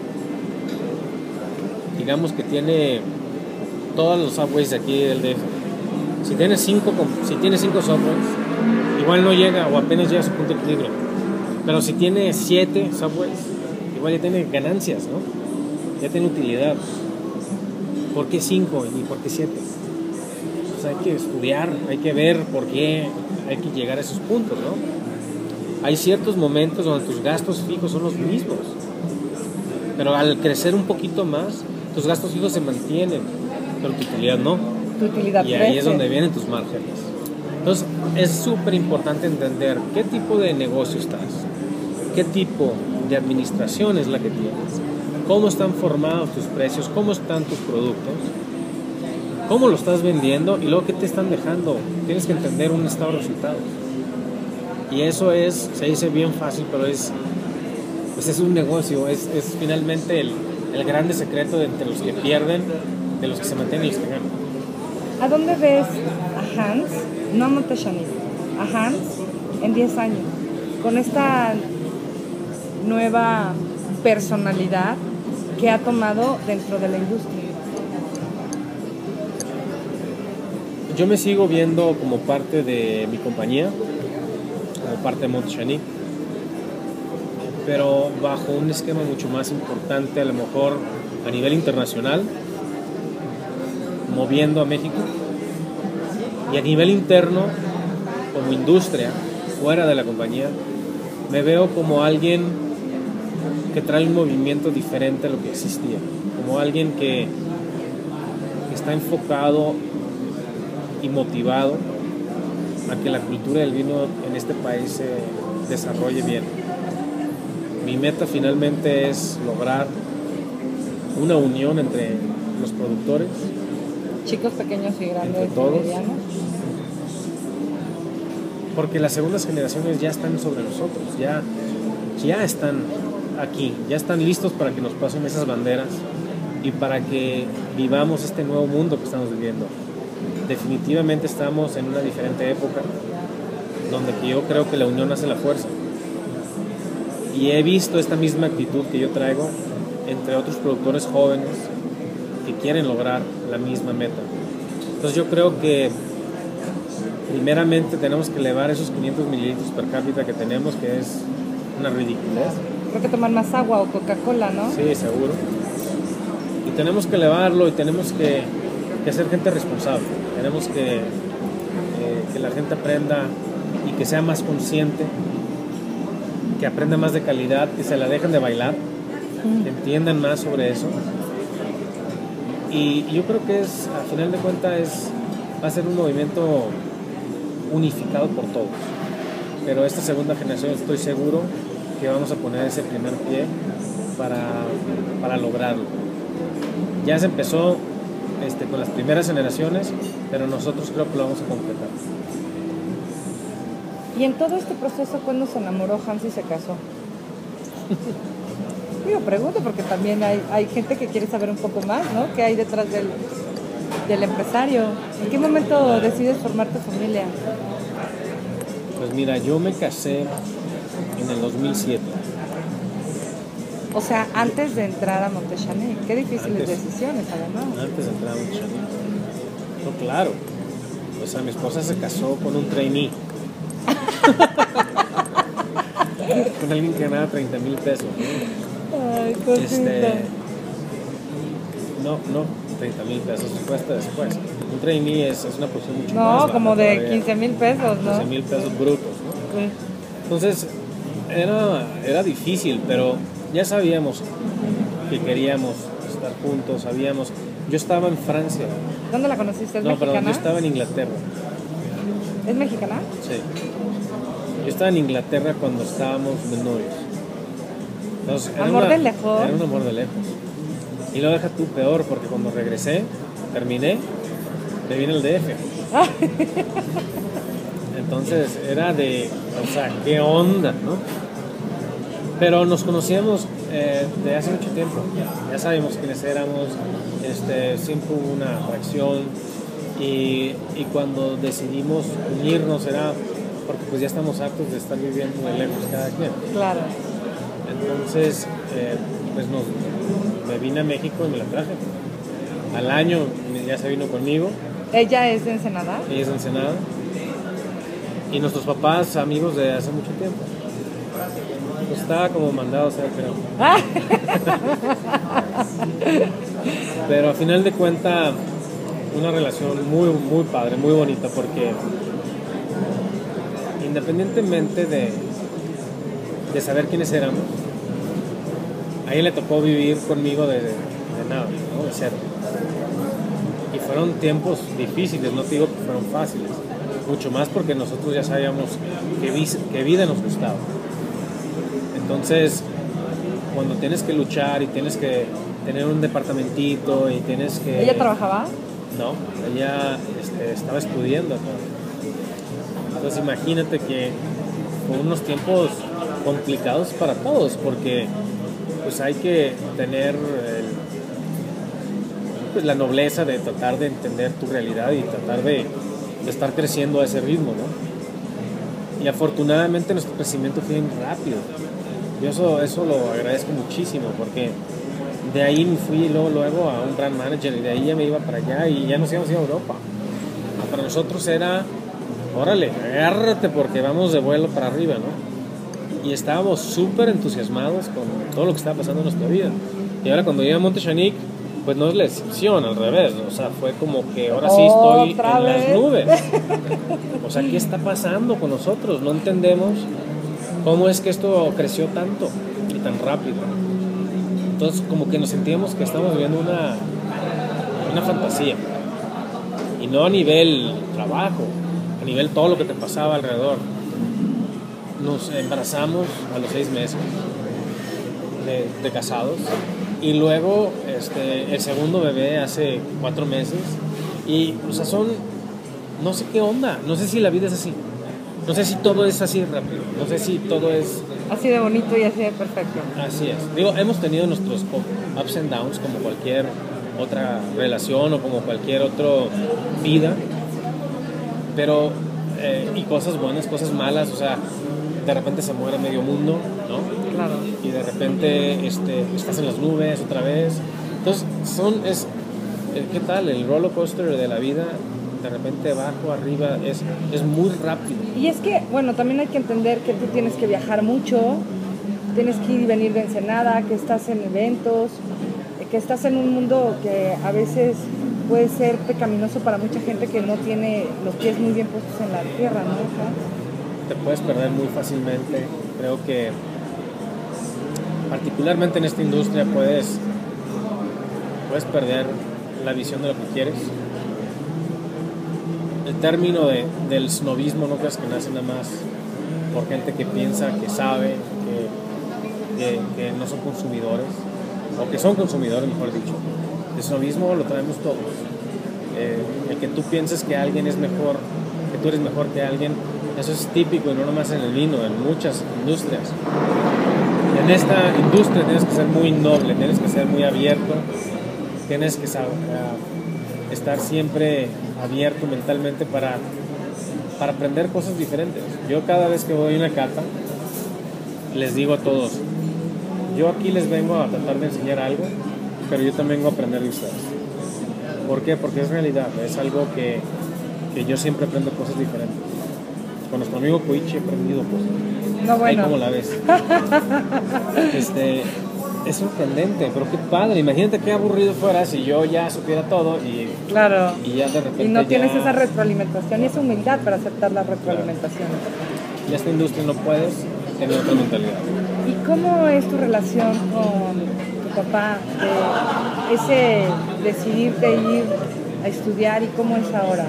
digamos que tiene todos los Subways de aquí del D F. Si tiene cinco, si tiene cinco Subways, igual no llega o apenas llega a su punto de equilibrio. Pero si tiene siete Subways, igual ya tiene ganancias, ¿no? Ya tiene utilidad. ¿por qué cinco y por qué siete? Pues hay que estudiar, hay que ver por qué hay que llegar a esos puntos, ¿no? Hay ciertos momentos donde tus gastos fijos son los mismos, pero al crecer un poquito más, tus gastos fijos se mantienen, pero tu utilidad no. Tu utilidad Y ahí crece. es donde vienen tus márgenes. Entonces, es súper importante entender qué tipo de negocio estás, qué tipo de administración es la que tienes, cómo están formados tus precios, cómo están tus productos, cómo lo estás vendiendo y luego qué te están dejando. Tienes que entender un estado de resultados. Y eso es, se dice bien fácil, pero es, pues es un negocio, es, es finalmente el, el grande secreto de entre los que pierden, de los que se mantienen y los que ganan. ¿A dónde ves a Hans, no a Montechanet, a Hans en diez años? Con esta nueva personalidad que ha tomado dentro de la industria. Yo me sigo viendo como parte de mi compañía, como parte de Montechanet, pero bajo un esquema mucho más importante, a lo mejor a nivel internacional, moviendo a México, y a nivel interno, como industria, fuera de la compañía, me veo como alguien que trae un movimiento diferente a lo que existía, como alguien que está enfocado y motivado a que la cultura del vino en este país se desarrolle bien. Mi meta finalmente es lograr una unión entre los productores, Chicos pequeños y grandes, entre todos, medianos. porque las segundas generaciones ya están sobre nosotros, ya, ya están aquí, ya están listos para que nos pasen esas banderas y para que vivamos este nuevo mundo que estamos viviendo. Definitivamente estamos en una diferente época, donde yo creo que la unión hace la fuerza. Y he visto esta misma actitud que yo traigo entre otros productores jóvenes que quieren lograr la misma meta. Entonces yo creo que primeramente tenemos que elevar esos quinientos mililitros per cápita que tenemos, que es una ridiculez. Creo que tomar más agua o Coca-Cola, ¿no? Sí, seguro. Y tenemos que elevarlo y tenemos que, que ser gente responsable. Tenemos que, eh, que la gente aprenda y que sea más consciente, que aprenda más de calidad, que se la dejen de bailar, que entiendan más sobre eso. Y yo creo que es, a final de cuentas, es, va a ser un movimiento unificado por todos. Pero esta segunda generación estoy seguro que vamos a poner ese primer pie para, para lograrlo. Ya se empezó este, con las primeras generaciones, pero nosotros creo que lo vamos a completar. Y en todo este proceso, ¿cuándo se enamoró Hans y se casó? Digo, pregunto porque también hay, hay gente que quiere saber un poco más, ¿no? ¿Qué hay detrás del, del empresario? ¿En qué momento decides formar tu familia? Pues mira, yo me casé en el dos mil siete. O sea, antes de entrar a Montechanet. Qué difíciles Antes. decisiones, además. Antes de entrar a Montechanet. No, claro. O sea, mi esposa se casó con un trainee. Con alguien que ganaba treinta mil pesos. ¿no? Ay, cosita. Este, no, no, treinta mil pesos, fue hasta después. Un trainee es, es una posición mucho más No, baja como de todavía. quince mil pesos, ¿no? quince mil pesos brutos, ¿no? Sí. Entonces, era, era difícil, pero ya sabíamos que queríamos estar juntos, sabíamos. Yo estaba en Francia. ¿Dónde la conociste? ¿Es No, mexicana? perdón, yo estaba en Inglaterra. ¿Es mexicana? Sí. Yo estaba en Inglaterra cuando estábamos de novios. Entonces, era Amor una- de lejos. Era un amor de lejos. Y lo deja tú peor, porque cuando regresé, terminé, me vine al D F. Entonces era de, o sea, ¿qué onda, no? Pero nos conocíamos eh, de hace mucho tiempo. Ya sabíamos quiénes éramos, este, siempre hubo una atracción. Y, y cuando decidimos unirnos era porque pues ya estamos hartos de estar viviendo de lejos cada quien. Claro. Entonces, eh, pues nos, me vine a México y me la traje. Al año ya se vino conmigo, ¿Ella es de Ensenada? ella es de Ensenada. Y nuestros papás, amigos de hace mucho tiempo. Pues estaba como mandado a ser, creo. Pero a final de cuentas, una relación muy, muy padre, muy bonita, porque independientemente de, de saber quiénes éramos, a él le tocó vivir conmigo de, de, de nada, ¿no? De cero. Y fueron tiempos difíciles, no te digo que fueron fáciles, mucho más porque nosotros ya sabíamos qué, vis, qué vida nos gustaba. Entonces, cuando tienes que luchar y tienes que tener un departamentito y tienes que... ¿Ella trabajaba? No, ella este, estaba estudiando acá. Entonces imagínate que fue unos tiempos complicados para todos, porque pues hay que tener el, pues, la nobleza de tratar de entender tu realidad y tratar de, de estar creciendo a ese ritmo, ¿no? Y afortunadamente nuestro crecimiento fue bien rápido. Yo eso, eso lo agradezco muchísimo, porque de ahí me fui luego, luego a un brand manager y de ahí ya me iba para allá y ya nos íbamos a ir a Europa. Para nosotros era, órale, agárrate porque vamos de vuelo para arriba, ¿no? Y estábamos súper entusiasmados con todo lo que estaba pasando en nuestra vida. Y ahora cuando llegué a Montechanic, pues no es la excepción, al revés, o sea, fue como que ahora sí estoy en las nubes. O sea, ¿qué está pasando con nosotros? No entendemos cómo es que esto creció tanto y tan rápido. Entonces, como que nos sentíamos que estábamos viviendo una, una fantasía. Y no a nivel trabajo, a nivel todo lo que te pasaba alrededor. Nos embarazamos a los seis meses de, de casados. Y luego este, el segundo bebé hace cuatro meses. Y, o sea, son... No sé qué onda. No sé si la vida es así. No sé si todo es así rápido. No sé si todo es... Así de bonito y así de perfecto. Así es. Digo, hemos tenido nuestros ups and downs como cualquier otra relación o como cualquier otra vida. Pero... Eh, y cosas buenas, cosas malas. O sea, de repente se muere medio mundo, ¿no? Claro. Y de repente este, estás en las nubes otra vez. Entonces, son... es ¿qué tal? El roller coaster de la vida... de repente abajo, arriba, es, es muy rápido. Y es que, bueno, también hay que entender que tú tienes que viajar mucho, tienes que ir y venir de Ensenada, que estás en eventos, que estás en un mundo que a veces puede ser pecaminoso para mucha gente que no tiene los pies muy bien puestos en la tierra, ¿no? Te puedes perder muy fácilmente. Creo que particularmente en esta industria puedes, puedes perder la visión de lo que quieres. El término de, del snobismo no creas que nace nada más por gente que piensa, que sabe, que, que, que no son consumidores, o que son consumidores, mejor dicho. El snobismo lo traemos todos. Eh, el que tú pienses que alguien es mejor, que tú eres mejor que alguien, eso es típico y no nomás en el vino, en muchas industrias. En esta industria tienes que ser muy noble, tienes que ser muy abierto, tienes que saber, uh, estar siempre abierto mentalmente para, para aprender cosas diferentes. Yo cada vez que voy a una cata les digo a todos, yo aquí les vengo a tratar de enseñar algo, pero yo también vengo a aprender de ustedes. ¿Por qué? Porque es realidad, es algo que, que yo siempre aprendo cosas diferentes. Con nuestro amigo Koichi he aprendido cosas. No, bueno. Ahí como la ves. este, es sorprendente, pero qué padre. Imagínate qué aburrido fuera si yo ya supiera todo y, claro. y ya de repente y no ya... tienes esa retroalimentación y esa humildad para aceptar las retroalimentaciones. Claro. Y esta industria no puedes tener otra mentalidad. ¿Y cómo es tu relación con tu papá? De ese decidirte ir a estudiar y cómo es ahora.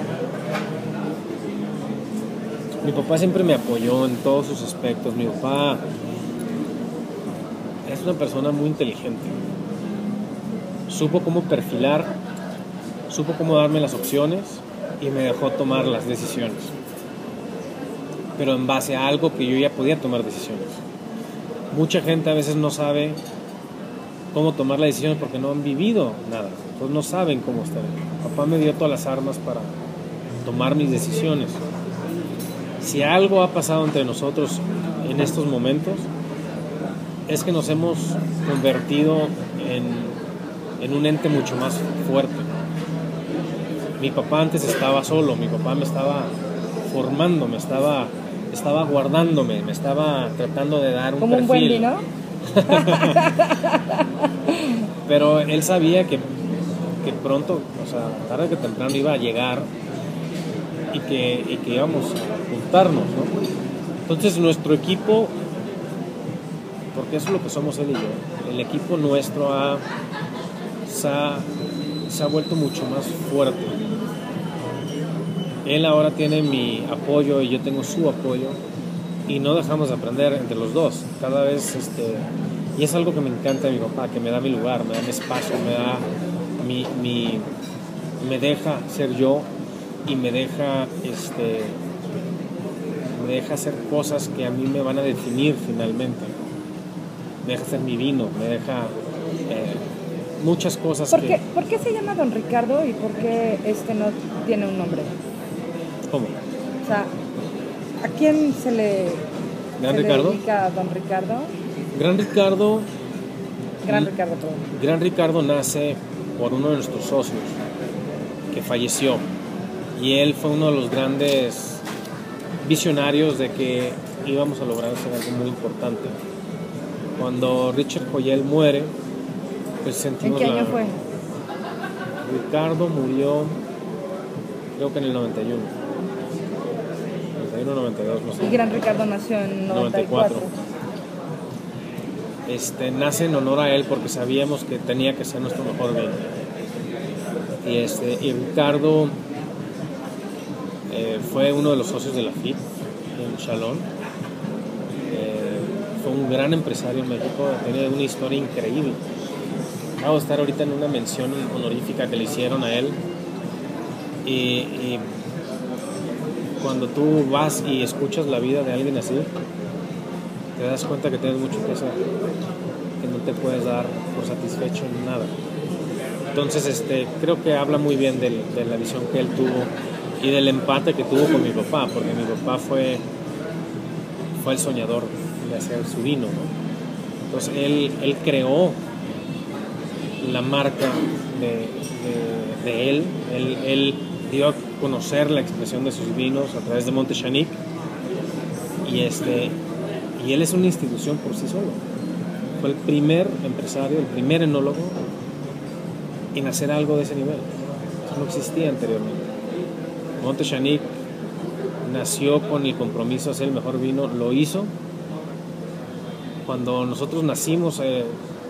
Mi papá siempre me apoyó en todos sus aspectos. Mi papá es una persona muy inteligente. Supo cómo perfilar, supo cómo darme las opciones y me dejó tomar las decisiones. Pero en base a algo que yo ya podía tomar decisiones. Mucha gente a veces no sabe cómo tomar las decisiones porque no han vivido nada. Entonces no saben cómo estar. Mi papá me dio todas las armas para tomar mis decisiones. Si algo ha pasado entre nosotros en estos momentos, es que nos hemos convertido en, en un ente mucho más fuerte. Mi papá antes estaba solo, mi papá me estaba formando, me estaba estaba guardándome, me estaba tratando de dar un como perfil. Un buen vino. Pero él sabía que, que pronto, o sea, tarde que temprano iba a llegar y que, y que íbamos a juntarnos, ¿no? Entonces nuestro equipo, porque eso es lo que somos él y yo, el equipo nuestro ha, se, ha, se ha vuelto mucho más fuerte. Él ahora tiene mi apoyo y yo tengo su apoyo y no dejamos de aprender entre los dos. Cada vez, este, y es algo que me encanta de mi papá, que me da mi lugar, me da mi espacio, me da mi, mi me deja ser yo y me deja, este, me deja hacer cosas que a mí me van a definir finalmente. Me deja hacer mi vino, me deja eh, muchas cosas. ¿Por que... qué, ¿Por qué se llama Don Ricardo y por qué este no tiene un nombre? ¿Cómo? O sea, ¿a quién se le, ¿Gran se Ricardo? le dedica a Don Ricardo? Gran Ricardo. Gran Ricardo, perdón. Gran Ricardo nace por uno de nuestros socios que falleció y él fue uno de los grandes visionarios de que íbamos a lograr hacer algo muy importante. Cuando Richard Joyel muere, pues sentimos ¿En qué la... año fue? Ricardo murió, creo que en el noventa y uno. noventa y uno, noventa y dos, no sé. Y Gran Ricardo nació en noventa y cuatro. Este, nace en honor a él porque sabíamos que tenía que ser nuestro mejor vino. Y, este, y Ricardo eh, fue uno de los socios de la F I T en Chalón. Eh, fue un gran empresario en México, tiene una historia increíble. Acabo de estar ahorita en una mención honorífica que le hicieron a él. Y, y cuando tú vas y escuchas la vida de alguien así, te das cuenta que tienes mucho que hacer, que no te puedes dar por satisfecho en nada. Entonces este, creo que habla muy bien de, de la visión que él tuvo y del empate que tuvo con mi papá, porque mi papá fue, fue el soñador de hacer su vino, ¿no? Entonces él, él creó la marca de, de, de él. él, él dio a conocer la expresión de sus vinos a través de Montechanic y este y él es una institución por sí solo. Fue el primer empresario, el primer enólogo en hacer algo de ese nivel. Eso no existía anteriormente. Montechanic nació con el compromiso de hacer el mejor vino, lo hizo. Cuando nosotros nacimos, eh,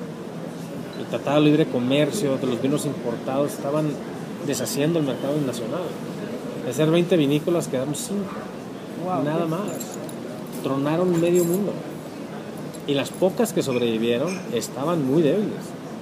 el Tratado de Libre Comercio, de los vinos importados, estaban deshaciendo el mercado nacional. De ser veinte vinícolas quedamos cinco, wow, nada más. Tronaron medio mundo. Y las pocas que sobrevivieron estaban muy débiles.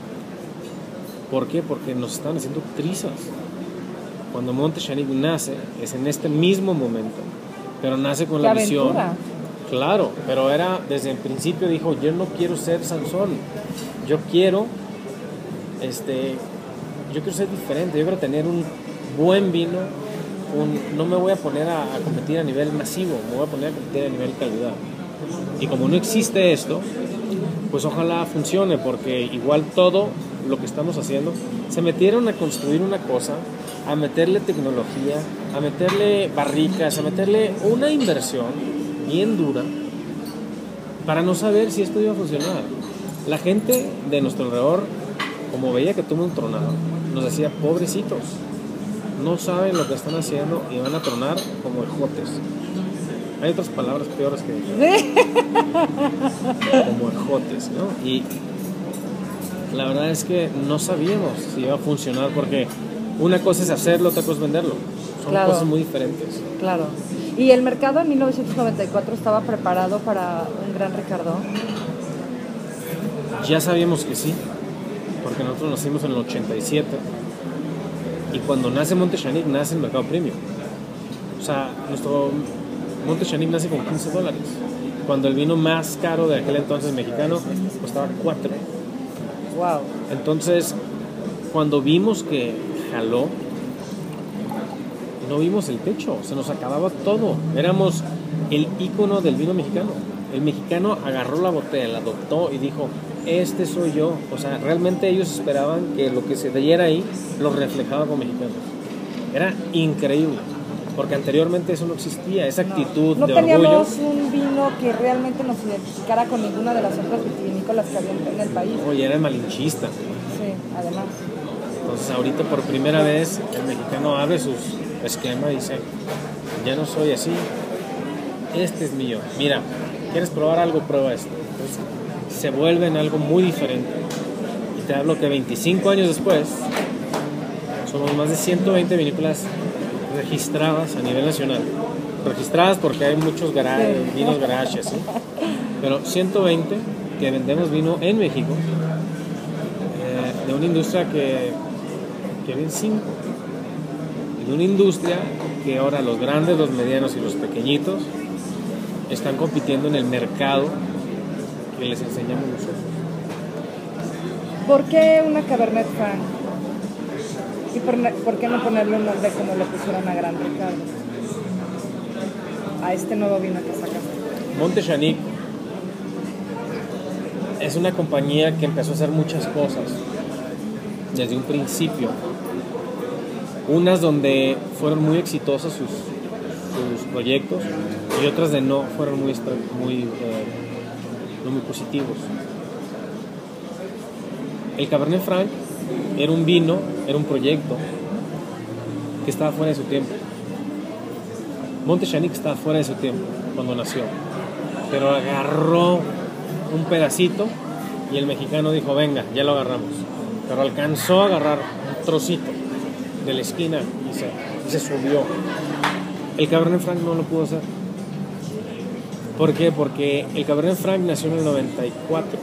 ¿Por qué? Porque nos estaban haciendo trizas. Cuando Montechanic nace, es en este mismo momento, pero nace con la visión. Claro, pero era desde el principio dijo, yo no quiero ser Sansón, yo quiero, este, yo quiero ser diferente, yo quiero tener un buen vino, un, no me voy a poner a, a competir a nivel masivo, me voy a poner a competir a nivel calidad. Y como no existe esto, pues ojalá funcione, porque igual todo lo que estamos haciendo, se metieron a construir una cosa, a meterle tecnología, a meterle barricas, a meterle una inversión bien dura para no saber si esto iba a funcionar. La gente de nuestro alrededor, como veía que tuvo un tronado, nos decía, pobrecitos, no saben lo que están haciendo y van a tronar como ejotes. Hay otras palabras peores que como ejotes, ¿no? Y la verdad es que no sabíamos si iba a funcionar, porque una cosa es hacerlo, otra cosa es venderlo. Son claro, cosas muy diferentes. Claro. ¿Y el mercado en mil novecientos noventa y cuatro estaba preparado para un Gran Ricardo? Ya sabíamos que sí, porque nosotros nacimos en el ochenta y siete y cuando nace Montechanic nace el mercado premium. O sea, nuestro Montechanic nace con quince dólares, cuando el vino más caro de aquel entonces mexicano costaba cuatro. Wow. Entonces, cuando vimos que jaló, no vimos el techo, se nos acababa todo. Éramos el ícono del vino mexicano. El mexicano agarró la botella, la adoptó y dijo, este soy yo. O sea, realmente ellos esperaban que lo que se diera ahí lo reflejaba como mexicanos. Era increíble. porque anteriormente eso no existía, esa actitud no, no de teníamos orgullo. un vino que realmente nos identificara con ninguna de las otras vitivinícolas que había en el país. Oye, era malinchista. Sí, además. Entonces ahorita por primera vez el mexicano abre sus esquemas y dice, ya no soy así, este es mío. Mira, ¿quieres probar algo? Prueba esto. Entonces se vuelven algo muy diferente. Y te hablo que veinticinco años después somos más de ciento veinte vinícolas registradas a nivel nacional. Registradas porque hay muchos garajes, sí. vinos garajes, ¿sí? Pero ciento veinte que vendemos vino en México, eh, de una industria que, que ven cinco. Y de una industria que ahora los grandes, los medianos y los pequeñitos están compitiendo en el mercado que les enseñamos nosotros. ¿Por qué una Cabernet Franc? ¿Y por, por qué no ponerle un nombre como le pusieron a Gran Ricardo? A este nuevo vino que sacaste. Montechanic es una compañía que empezó a hacer muchas cosas desde un principio. Unas donde fueron muy exitosos sus, sus proyectos y otras de no fueron muy, muy, eh, no muy positivos. El Cabernet Franc era un vino, era un proyecto que estaba fuera de su tiempo. Montechanic estaba fuera de su tiempo cuando nació, pero agarró un pedacito y el mexicano dijo, venga, ya lo agarramos. Pero alcanzó a agarrar un trocito de la esquina y se, y se subió. El Cabernet Franc no lo pudo hacer. ¿Por qué? Porque el Cabernet Franc nació en el noventa y cuatro.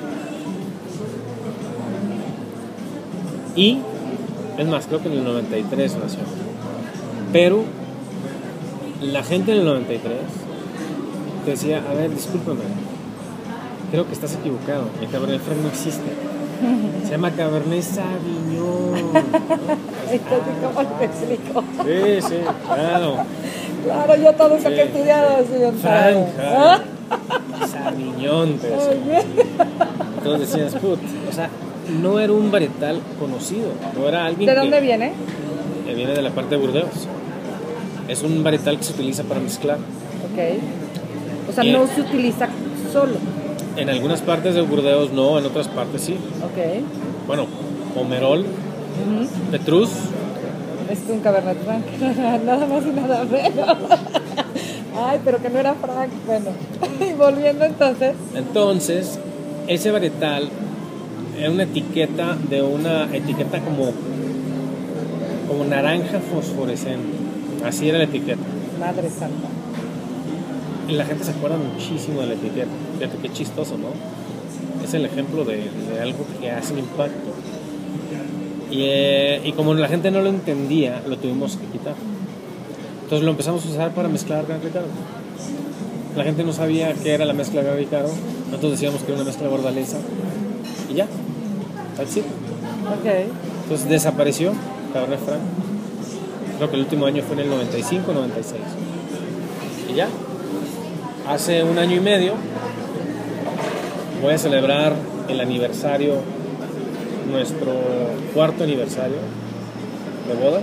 Y, es más, creo que en el noventa y tres nació. Pero la gente en el noventa y tres te decía, a ver, discúlpame, creo que estás equivocado. El Cabernet Franc no existe. Se llama Cabernet Sauvignon. Entonces, ¿cómo te explico? Sí, sí, claro. Claro, yo todo eso Sí. que he estudiado, señor Frank, ¿Ah? Sauvignon, te decía. Entonces decías, put, o sea, no era un varietal conocido, no era alguien ¿De que, dónde viene? que viene de la parte de Burdeos. Es un varietal que se utiliza para mezclar. Ok. O sea, Y- no se utiliza solo. En algunas partes de Burdeos no, en otras partes sí. Ok. Bueno, Pomerol, Ujú. Petrus, Es un Cabernet Franc. Nada más y nada menos. Ay, pero que no era Franc. Bueno. Y volviendo entonces. entonces ese varietal era una etiqueta de una etiqueta como, como naranja fosforescente. Así era la etiqueta. Madre santa. Y la gente se acuerda muchísimo de la etiqueta. Fíjate qué chistoso, ¿no? Es el ejemplo de, de algo que hace un impacto. Y, eh, y como la gente no lo entendía, lo tuvimos que quitar. Entonces lo empezamos a usar para mezclar Gran Ricardo. La gente no sabía qué era la mezcla Gran Ricardo. Nosotros decíamos que era una mezcla bordalesa. Y ya. That's it. Ok. Entonces desapareció Cabernet Franc. Creo que el último año fue en el noventa y cinco noventa y seis. Y ya. Hace un año y medio voy a celebrar el aniversario, nuestro cuarto aniversario de bodas.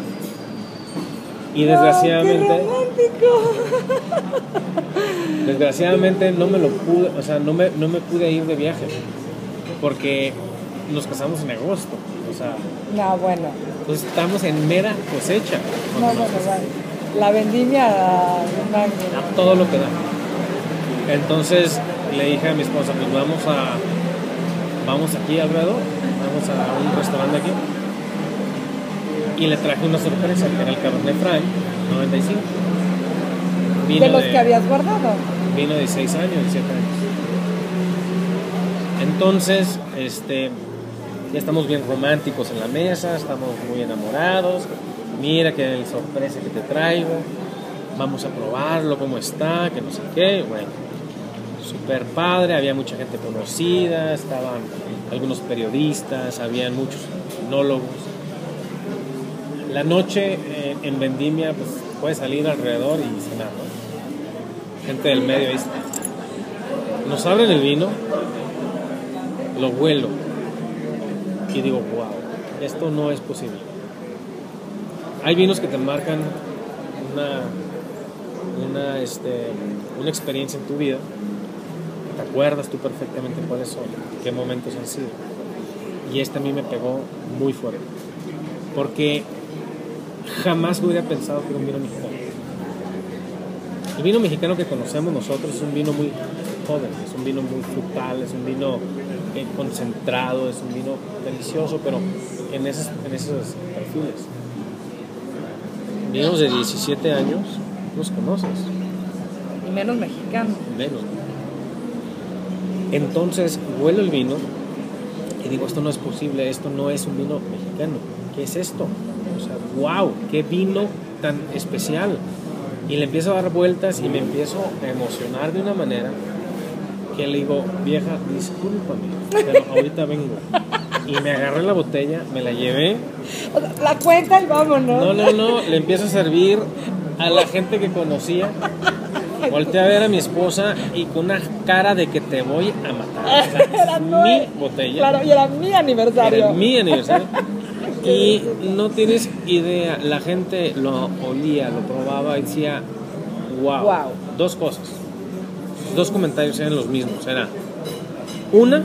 Y desgraciadamente, ¡Oh, qué romántico! desgraciadamente no me lo pude, o sea, no me, no me pude ir de viaje porque nos casamos en agosto, o sea, No, bueno. entonces estamos en mera cosecha. No, cuando bueno, nos casamos. vale. La vendimia a A todo lo que da. Entonces le dije a mi esposa, pues vamos a vamos aquí alrededor, vamos a un restaurante aquí. Y le traje una sorpresa, que era el Cabernet Franc noventa y cinco. Vino de los que habías guardado. Vino de seis años, de siete años. Entonces, este, ya estamos bien románticos en la mesa, estamos muy enamorados. Mira que sorpresa que te traigo. Vamos a probarlo, cómo está, que no sé qué. Bueno, súper padre, había mucha gente conocida, estaban algunos periodistas, habían muchos enólogos. La noche eh, en Vendimia, pues puedes salir alrededor y cenar, ¿no? Gente del medio ahí. Nos abren el vino, lo huelo y digo, wow, esto no es posible. Hay vinos que te marcan una, una, este, una experiencia en tu vida, te acuerdas tú perfectamente cuáles son, qué momentos han sido. Y este a mí me pegó muy fuerte, porque jamás hubiera pensado que era un vino mexicano. El vino mexicano que conocemos nosotros es un vino muy joven, es un vino muy frutal, es un vino eh, concentrado, es un vino delicioso, pero en esos, en esos perfiles. Vinos de diecisiete años, los conoces. Y menos mexicano. Menos. Entonces, huelo el vino y digo, esto no es posible, esto no es un vino mexicano. ¿Qué es esto? O sea, wow, qué vino tan especial. Y le empiezo a dar vueltas y me empiezo a emocionar de una manera que le digo, vieja, discúlpame, pero ahorita vengo. Y me agarré la botella, me la llevé. O sea, la cuenta y vámonos. No, no, no, le empiezo a servir a la gente que conocía. Volteé a ver a mi esposa y con una cara de que te voy a matar. O sea, Era es no- mi botella. Claro, y era mi aniversario. Era mi aniversario. Y no tienes idea, la gente lo olía, lo probaba y decía, wow. Wow. Dos cosas. Los dos comentarios eran los mismos. Era, una,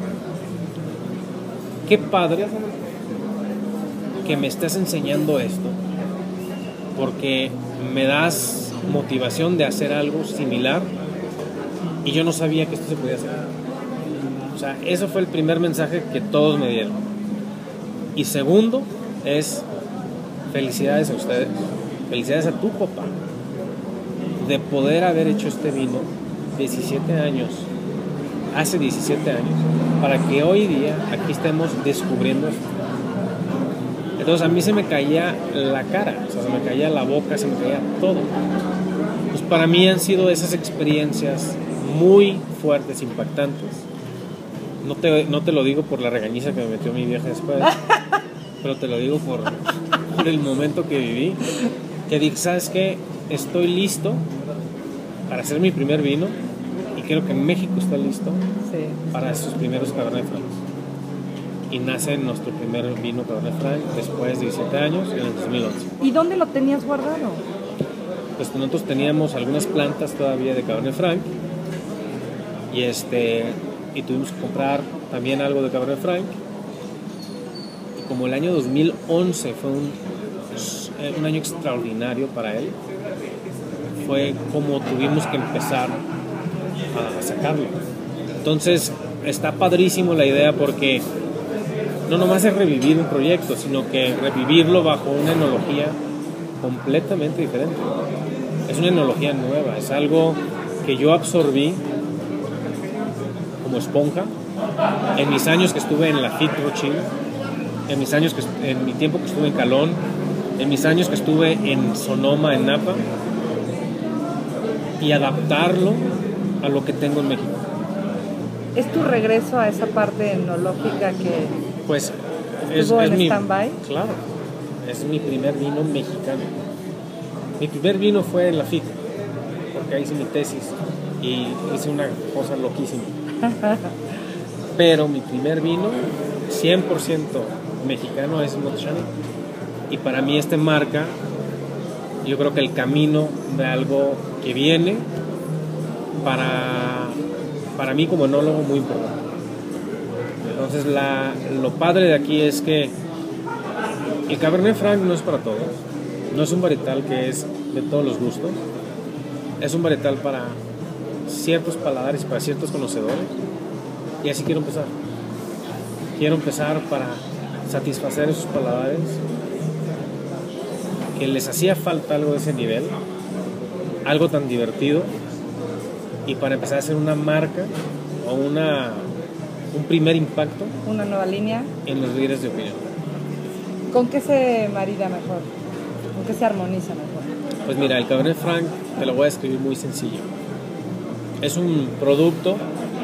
qué padre que me estés enseñando esto, porque me das motivación de hacer algo similar y yo no sabía que esto se podía hacer. O sea, eso fue el primer mensaje que todos me dieron. Y segundo es felicidades a ustedes, felicidades a tu papá de poder haber hecho este vino diecisiete años, hace diecisiete años, para que hoy día aquí estemos descubriendo esto. Entonces a mí se me caía la cara, o sea, se me caía la boca, se me caía todo. Pues para mí han sido esas experiencias muy fuertes, impactantes. No te, no te lo digo por la regañiza que me metió mi vieja después, pero te lo digo por, por el momento que viví. Que dije, ¿sabes qué? Estoy listo para hacer mi primer vino y creo que México está listo Sí. para sus primeros Cabernet Franc. Y nace nuestro primer vino Cabernet Franc después de diecisiete años, en el dos mil once. ¿Y dónde lo tenías guardado? Pues nosotros teníamos algunas plantas todavía de Cabernet Franc y este y tuvimos que comprar también algo de Cabernet Franc. Y como el año dos mil once fue un, un año extraordinario para él, fue como tuvimos que empezar a sacarlo. Entonces está padrísimo la idea, porque no nomás es revivir un proyecto, sino que revivirlo bajo una enología completamente diferente. Es una enología nueva, es algo que yo absorbí como esponja en mis años que estuve en la F I T Rothschild, en mis años que en mi tiempo que estuve en Calón, en mis años que estuve en Sonoma, en Napa, y adaptarlo a lo que tengo en México. ¿Es tu regreso a esa parte enológica que Pues es, estuvo es en mi, stand-by? claro, es mi primer vino mexicano. Mi primer vino fue en la F I T, porque ahí hice mi tesis y hice una cosa loquísima. Pero mi primer vino cien por ciento mexicano es Monteshani, y para mí este marca, yo creo que el camino de algo que viene para, para mí como enólogo muy importante. Entonces la, lo padre de aquí es que el Cabernet Franc no es para todos, no es un varietal que es de todos los gustos, es un varietal para ciertos paladares, para ciertos conocedores, y así quiero empezar. Quiero empezar para satisfacer esos paladares que les hacía falta algo de ese nivel, algo tan divertido, y para empezar a hacer una marca o una, un primer impacto Una nueva línea. en los líderes de opinión. ¿Con qué se marida mejor? ¿Con qué se armoniza mejor? Pues mira, el Cabernet Franc te lo voy a describir muy sencillo. Es un producto,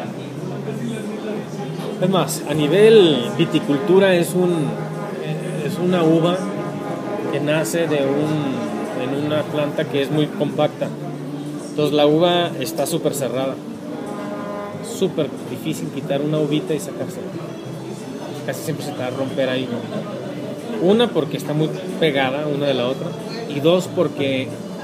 es más, a nivel viticultura es un es una uva que nace de un en una planta que es muy compacta. Entonces la uva está súper cerrada, súper difícil quitar una uvita y sacársela. Casi siempre se te va a romper ahí. Una, porque está muy pegada una de la otra, y dos, porque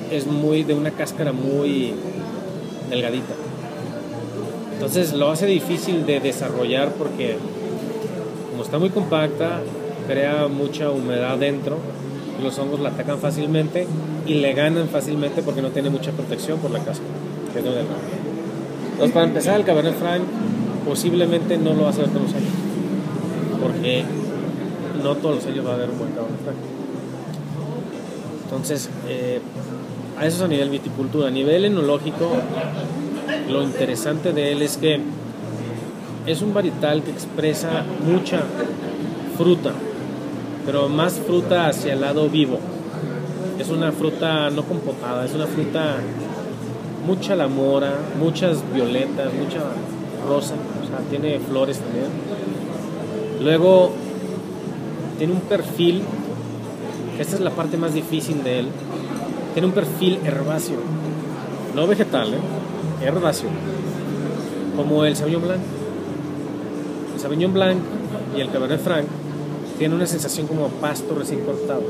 es muy de una cáscara muy delgadita. Entonces lo hace difícil de desarrollar porque como está muy compacta, crea mucha humedad dentro y los hongos la atacan fácilmente y le ganan fácilmente porque no tiene mucha protección por la cáscara, que es lo delgado. Entonces, para empezar, el Cabernet Franc posiblemente no lo vas a ver todos los años, porque no todos los años va a haber un buen Cabernet Franc. Entonces, eh, a eso es a nivel viticultura. A nivel enológico, lo interesante de él es que es un varietal que expresa mucha fruta, pero más fruta hacia el lado vivo. Es una fruta no compotada, es una fruta mucha la mora, muchas violetas, mucha rosa, o sea, tiene flores también. Luego tiene un perfil, esta es la parte más difícil de él, tiene un perfil herbáceo, no vegetal, ¿eh? Herbáceo, como el Sauvignon Blanc. El Sauvignon Blanc y el Cabernet Franc tienen una sensación como pasto recién cortado,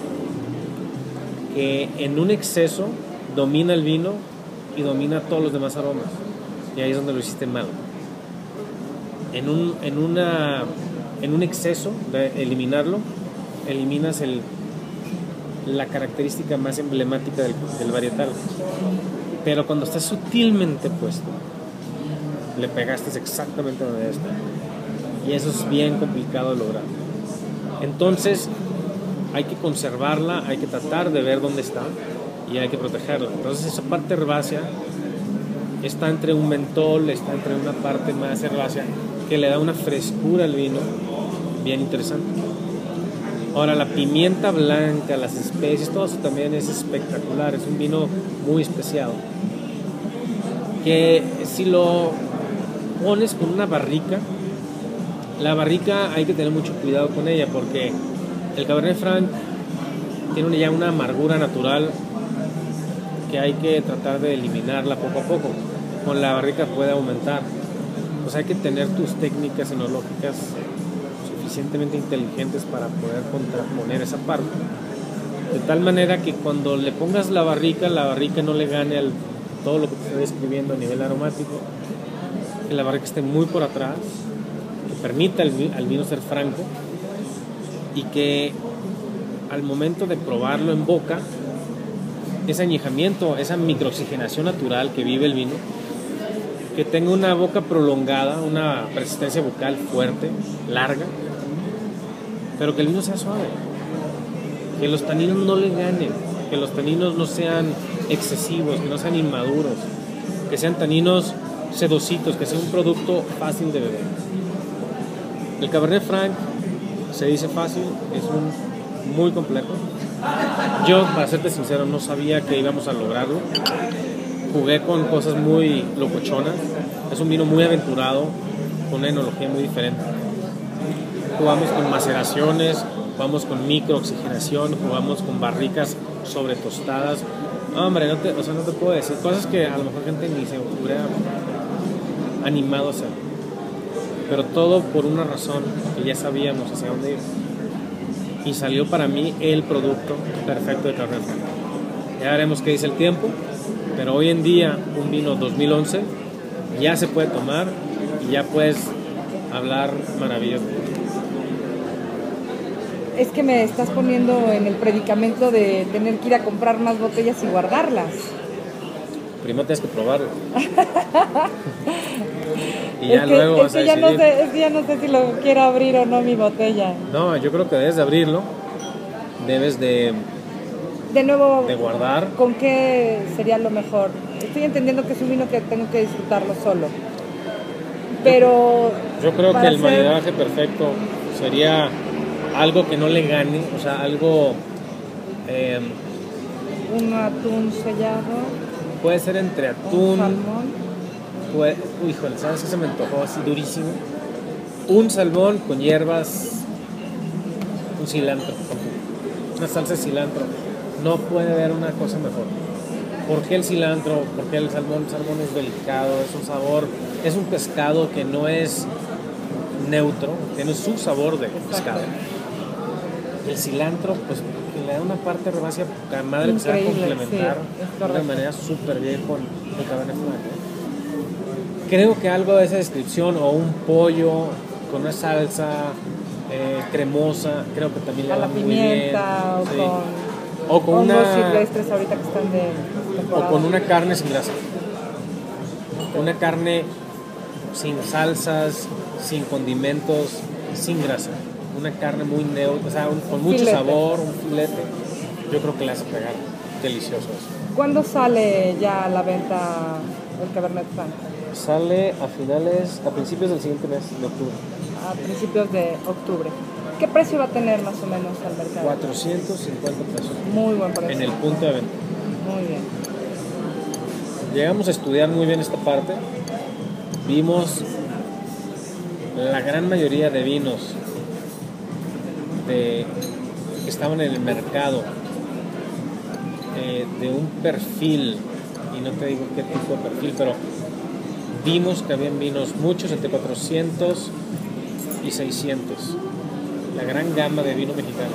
que en un exceso domina el vino y domina todos los demás aromas, y ahí es donde lo hiciste mal. En un, en una, en un exceso de eliminarlo, eliminas el, la característica más emblemática del, del varietal. Pero cuando está sutilmente puesto, le pegaste exactamente donde está, y eso es bien complicado de lograr. Entonces hay que conservarla, hay que tratar de ver dónde está y hay que protegerla. Entonces esa parte herbácea está entre un mentol, está entre una parte más herbácea que le da una frescura al vino bien interesante. Ahora, la pimienta blanca, las especies, todo eso también es espectacular. Es un vino muy especial que si lo pones con una barrica, la barrica hay que tener mucho cuidado con ella porque el Cabernet Franc tiene ya una amargura natural que hay que tratar de eliminarla poco a poco. Con la barrica puede aumentar. Pues hay que tener tus técnicas enológicas suficientemente inteligentes para poder contraponer esa parte. De tal manera que cuando le pongas la barrica, la barrica no le gane al, todo lo que te estoy describiendo a nivel aromático. Que la barrica esté muy por atrás, que permita al, al vino ser franco y que al momento de probarlo en boca, ese añejamiento, esa microoxigenación natural que vive el vino, que tenga una boca prolongada, una persistencia bucal fuerte, larga, pero que el vino sea suave, que los taninos no le ganen, que los taninos no sean excesivos, que no sean inmaduros, que sean taninos sedositos, que sea un producto fácil de beber. El Cabernet Franc se dice fácil, es un muy complejo. Yo, para serte sincero, no sabía que íbamos a lograrlo. Jugué con cosas muy locochonas. Es un vino muy aventurado, con una enología muy diferente. Jugamos con maceraciones, jugamos con microoxigenación, jugamos con barricas sobre tostadas. No, hombre, no te, o sea, no te puedo decir cosas que a lo mejor gente ni se hubiera animado a hacer. Pero todo por una razón que ya sabíamos hacia dónde ir. Y salió para mí el producto perfecto de Cabernet Franc. Ya veremos qué dice el tiempo, pero hoy en día un vino dos mil once ya se puede tomar y ya puedes hablar maravilloso. Es que me estás poniendo en el predicamento de tener que ir a comprar más botellas y guardarlas. Primero tienes que probarlo. Y ya es que, luego es vas que a ya decidir. no sé, es que ya no sé si lo quiero abrir o no mi botella. No, yo creo que debes de abrirlo. Debes de, De nuevo, de guardar. ¿con qué sería lo mejor? Estoy entendiendo que es un vino que tengo que disfrutarlo solo. Pero Yo creo que para el hacer- maridaje perfecto sería algo que no le gane, o sea, algo eh, un atún sellado, puede ser entre un atún, salmón. puede, uy, híjole, ¿sabes qué se me antojó así durísimo? Un salmón con hierbas, un cilantro, una salsa de cilantro. No puede haber una cosa mejor. ¿Por qué el cilantro? ¿Por qué el salmón? El salmón es delicado, es un sabor, es un pescado que no es neutro, tiene su sabor de pescado. El cilantro, pues le da una parte herbácea poca madre que se va a Increíble, complementar sí, es de una correcto. manera súper bien con el Cabernet Franc, ¿eh? Creo que algo de esa descripción, o un pollo con una salsa eh, cremosa, creo que también le A va la muy bien. pimienta o Sí. con O con hongos una, silvestres ahorita que están de o temporada. con una carne sin grasa. Una carne sin salsas, sin condimentos, sin grasa. Una carne muy neutra, o sea, un- con mucho Filete. sabor, un filete. Yo creo que le hace pegar. Delicioso eso. ¿Cuándo sale ya a la venta el Cabernet Franc? Sale a finales, a principios del siguiente mes de octubre. A principios de octubre. ¿Qué precio va a tener más o menos al mercado? cuatrocientos cincuenta pesos Muy buen precio. en el punto de venta. Muy bien. Llegamos a estudiar muy bien esta parte. Vimos la gran mayoría de vinos de, que estaban en el mercado eh, de un perfil, y no te digo qué tipo de perfil, pero vimos que habían vinos muchos entre cuatrocientos y seiscientos. La gran gama de vino mexicano.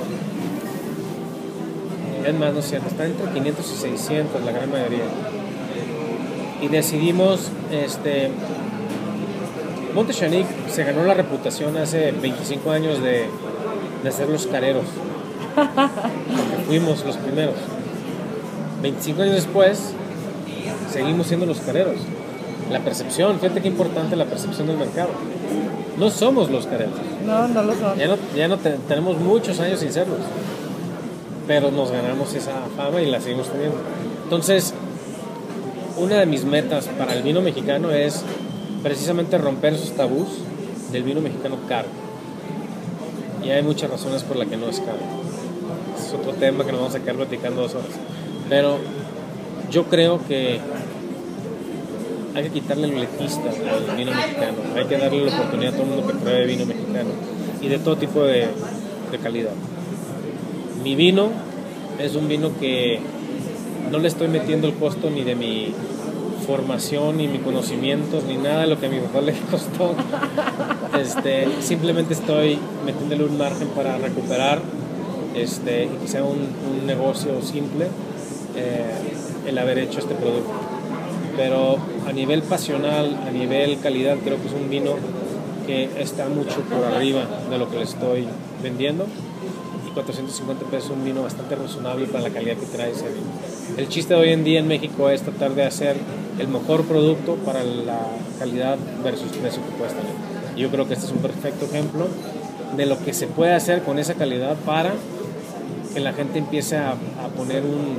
Es más, no es cierto, está entre quinientos y seiscientos la gran mayoría. Y decidimos, este, Montechanic se ganó la reputación hace veinticinco años de, de ser los careros. Porque fuimos los primeros. veinticinco años después, seguimos siendo los careros. La percepción, fíjate qué importante la percepción del mercado. No somos los careros. No, no lo son. Ya no, ya no te- tenemos muchos años sin serlos. Pero nos ganamos esa fama y la seguimos teniendo. Entonces, una de mis metas para el vino mexicano es precisamente romper esos tabús del vino mexicano caro. Y hay muchas razones por las que no es caro. Es otro tema que nos vamos a quedar platicando dos horas. Pero yo creo que hay que quitarle el elitista al vino mexicano. Hay que darle la oportunidad a todo el mundo que pruebe vino mexicano y de todo tipo de, de calidad. Mi vino es un vino que no le estoy metiendo el costo ni de mi formación, ni mi conocimiento, ni nada de lo que a mi papá le costó. Este, simplemente estoy metiéndole un margen para recuperar este, y que sea un, un negocio simple eh, el haber hecho este producto. Pero a nivel pasional, a nivel calidad, creo que es un vino que está mucho por arriba de lo que le estoy vendiendo. cuatrocientos cincuenta pesos es un vino bastante razonable para la calidad que trae ese vino. El chiste de hoy en día en México es tratar de hacer el mejor producto para la calidad versus precio que puedes tener. Y yo creo que este es un perfecto ejemplo de lo que se puede hacer con esa calidad para que la gente empiece a, a poner un,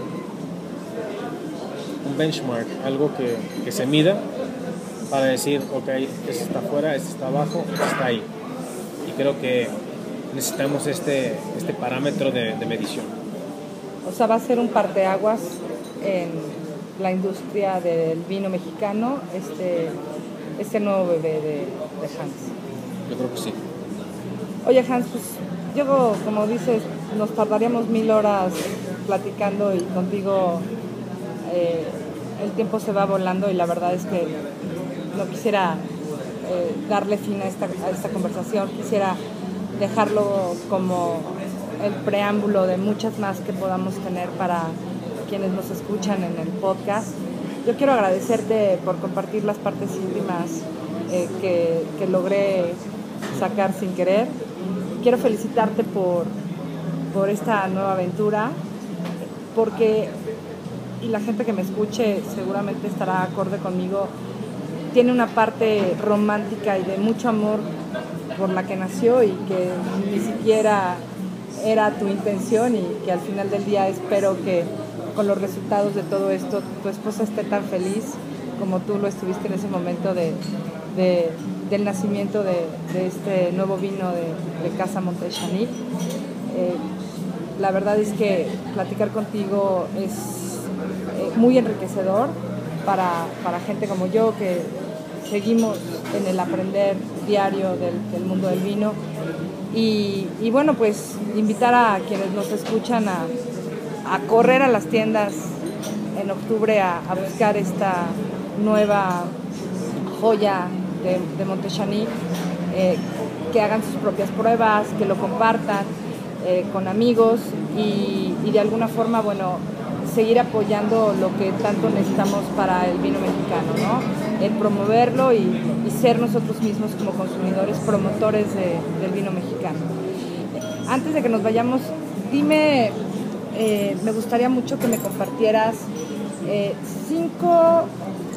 un benchmark, algo que, que se mida para decir, ok, este está afuera, este está abajo, este está ahí. Y creo que necesitamos este, este parámetro de, de medición. O sea, va a ser un parteaguas en la industria del vino mexicano, este, este nuevo bebé de, de Hans. Yo creo que sí. Oye, Hans, pues yo, como dices, nos tardaríamos mil horas platicando y contigo eh, el tiempo se va volando y la verdad es que no quisiera eh, darle fin a esta, a esta conversación, quisiera dejarlo como el preámbulo de muchas más que podamos tener para quienes nos escuchan en el podcast. Yo quiero agradecerte por compartir las partes íntimas eh, que, que logré sacar sin querer. Quiero felicitarte por, por esta nueva aventura, porque, y la gente que me escuche seguramente estará acorde conmigo, tiene una parte romántica y de mucho amor por la que nació y que ni siquiera era tu intención, y que al final del día espero que con los resultados de todo esto tu esposa esté tan feliz como tú lo estuviste en ese momento de, de, del nacimiento de, de este nuevo vino de, de Casa Montechanic. Eh, la verdad es que platicar contigo es eh, muy enriquecedor para, para gente como yo que seguimos en el aprender diario del, del mundo del vino. Y, y bueno, pues invitar a quienes nos escuchan a, a correr a las tiendas en octubre a, a buscar esta nueva joya de, de Montechanic, eh, que hagan sus propias pruebas, que lo compartan eh, con amigos y, y de alguna forma, bueno, seguir apoyando lo que tanto necesitamos para el vino mexicano, ¿no? El promoverlo y, y ser nosotros mismos como consumidores promotores de, del vino mexicano. Antes de que nos vayamos, dime, eh, me gustaría mucho que me compartieras eh, cinco,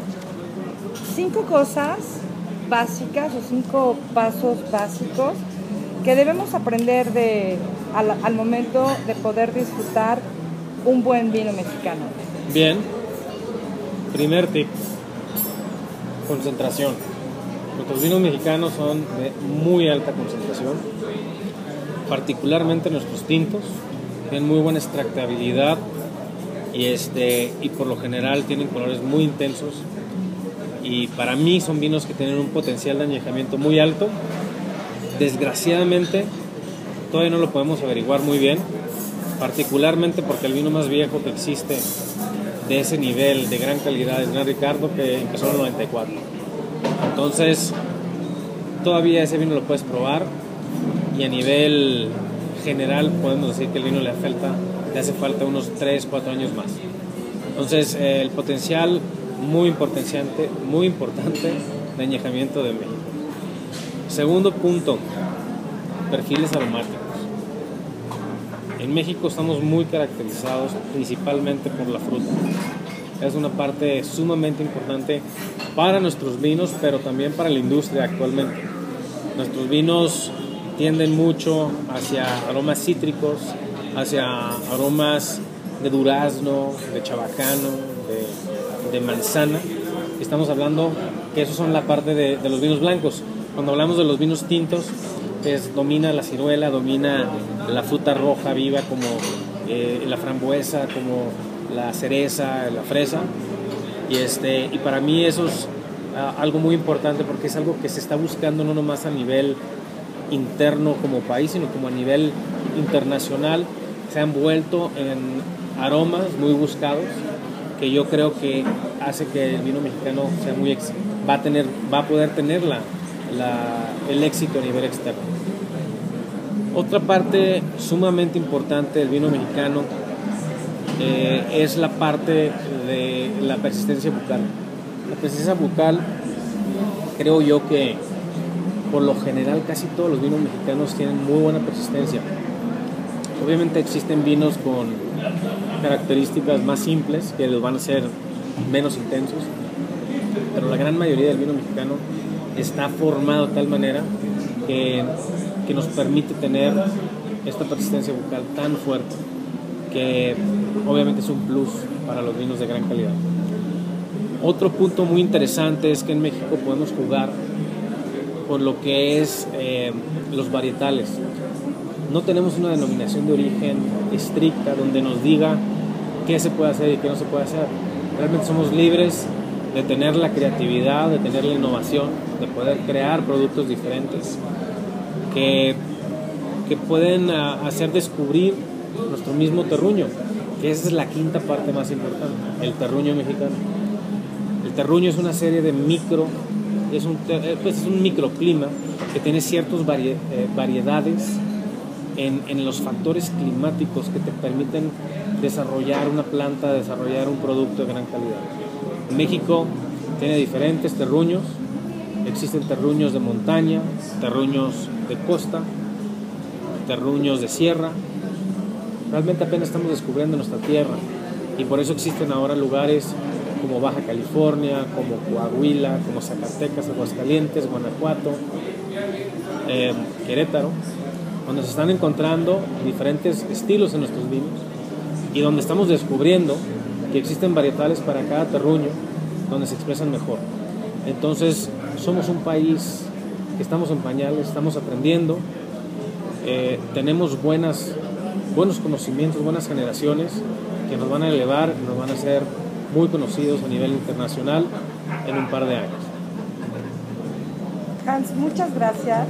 cinco cosas básicas o cinco pasos básicos que debemos aprender de, al, al momento de poder disfrutar un buen vino mexicano. Bien, primer tip, concentración. Nuestros vinos mexicanos son de muy alta concentración, particularmente nuestros tintos, tienen muy buena extractabilidad y, este, y por lo general tienen colores muy intensos, y para mí son vinos que tienen un potencial de añejamiento muy alto. Desgraciadamente todavía no lo podemos averiguar muy bien, particularmente porque el vino más viejo que existe de ese nivel de gran calidad es Gran Ricardo, que empezó en el noventa y cuatro. Entonces todavía ese vino lo puedes probar, y a nivel general podemos decir que el vino le falta, le hace falta unos tres, cuatro años más. Entonces eh, el potencial muy importante, muy importante de añejamiento de México. Segundo punto, perfiles aromáticos. En México estamos muy caracterizados principalmente por la fruta. Es una parte sumamente importante para nuestros vinos, pero también para la industria actualmente. Nuestros vinos tienden mucho hacia aromas cítricos, hacia aromas de durazno, de chabacano, de, de manzana. Estamos hablando que esos son la parte de, de los vinos blancos. Cuando hablamos de los vinos tintos, es, domina la ciruela, domina la fruta roja viva como eh, la frambuesa, como la cereza, la fresa. Y, este, y para mí eso es uh, algo muy importante, porque es algo que se está buscando no nomás a nivel interno como país, sino como a nivel internacional. Se han vuelto en aromas muy buscados, que yo creo que hace que el vino mexicano sea muy ex- va a tener va a poder tener la, la, el éxito a nivel externo. Otra parte sumamente importante del vino mexicano eh, es la parte de la persistencia bucal. La persistencia bucal, creo yo que por lo general casi todos los vinos mexicanos tienen muy buena persistencia. Obviamente existen vinos con características más simples que los van a ser menos intensos, pero la gran mayoría del vino mexicano está formado de tal manera que, que nos permite tener esta persistencia bucal tan fuerte, que obviamente es un plus para los vinos de gran calidad. Otro punto muy interesante es que en México podemos jugar con lo que es eh, los varietales. No tenemos una denominación de origen estricta donde nos diga qué se puede hacer y qué no se puede hacer. Realmente somos libres de tener la creatividad, de tener la innovación, de poder crear productos diferentes que, que pueden uh, hacer descubrir nuestro mismo terruño, que esa es la quinta parte más importante, el terruño mexicano. El terruño es una serie de micro, es un, pues es un microclima que tiene ciertas vari, eh, variedades en, en los factores climáticos que te permiten desarrollar una planta, desarrollar un producto de gran calidad. México tiene diferentes terruños, existen terruños de montaña, terruños de costa, terruños de sierra. Realmente apenas estamos descubriendo nuestra tierra, y por eso existen ahora lugares como Baja California, como Coahuila, como Zacatecas, Aguascalientes, Guanajuato, eh, Querétaro, donde se están encontrando diferentes estilos en nuestros vinos y donde estamos descubriendo que existen varietales para cada terruño donde se expresan mejor. Entonces somos un país que estamos en pañales, estamos aprendiendo, eh, tenemos buenas, buenos conocimientos, buenas generaciones que nos van a elevar, nos van a hacer muy conocidos a nivel internacional en un par de años. Hans, muchas gracias.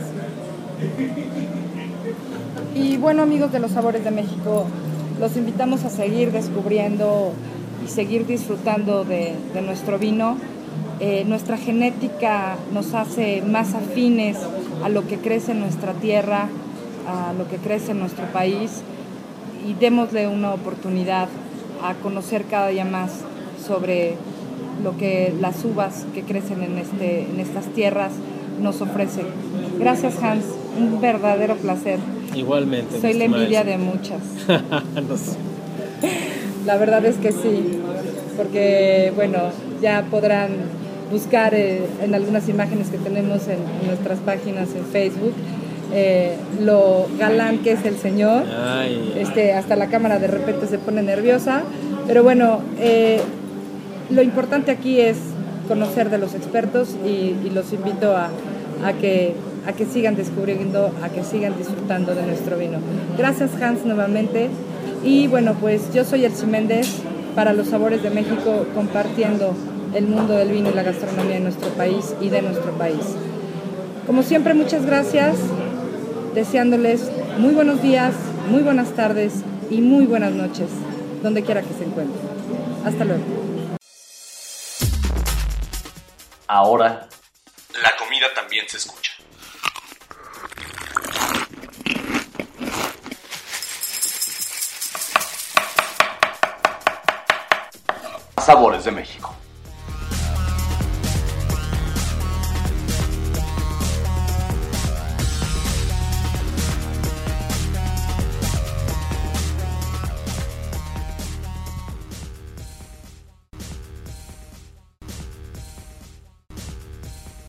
Y bueno, amigos de Los Sabores de México, los invitamos a seguir descubriendo y seguir disfrutando de, de nuestro vino. Eh, nuestra genética nos hace más afines a lo que crece en nuestra tierra, a lo que crece en nuestro país. y démosle una oportunidad a conocer cada día más sobre lo que las uvas que crecen en, este, en estas tierras nos ofrecen. Gracias, Hans, un verdadero placer. Igualmente. Soy la envidia de muchas. No sé. La verdad es que sí, porque bueno, ya podrán buscar eh, en algunas imágenes que tenemos en, en nuestras páginas en Facebook, eh, lo galán que es el señor. Ay. Este, hasta la cámara de repente se pone nerviosa, pero bueno, eh, lo importante aquí es conocer de los expertos y, y los invito a, a, que, a que sigan descubriendo, a que sigan disfrutando de nuestro vino. Gracias, Hans, nuevamente. Y bueno, pues yo soy Elsie Méndez para Los Sabores de México, compartiendo el mundo del vino y la gastronomía de nuestro país y de nuestro país. Como siempre, muchas gracias, deseándoles muy buenos días, muy buenas tardes y muy buenas noches, donde quiera que se encuentren. Hasta luego. Ahora, la comida también se escucha. Sabores de México.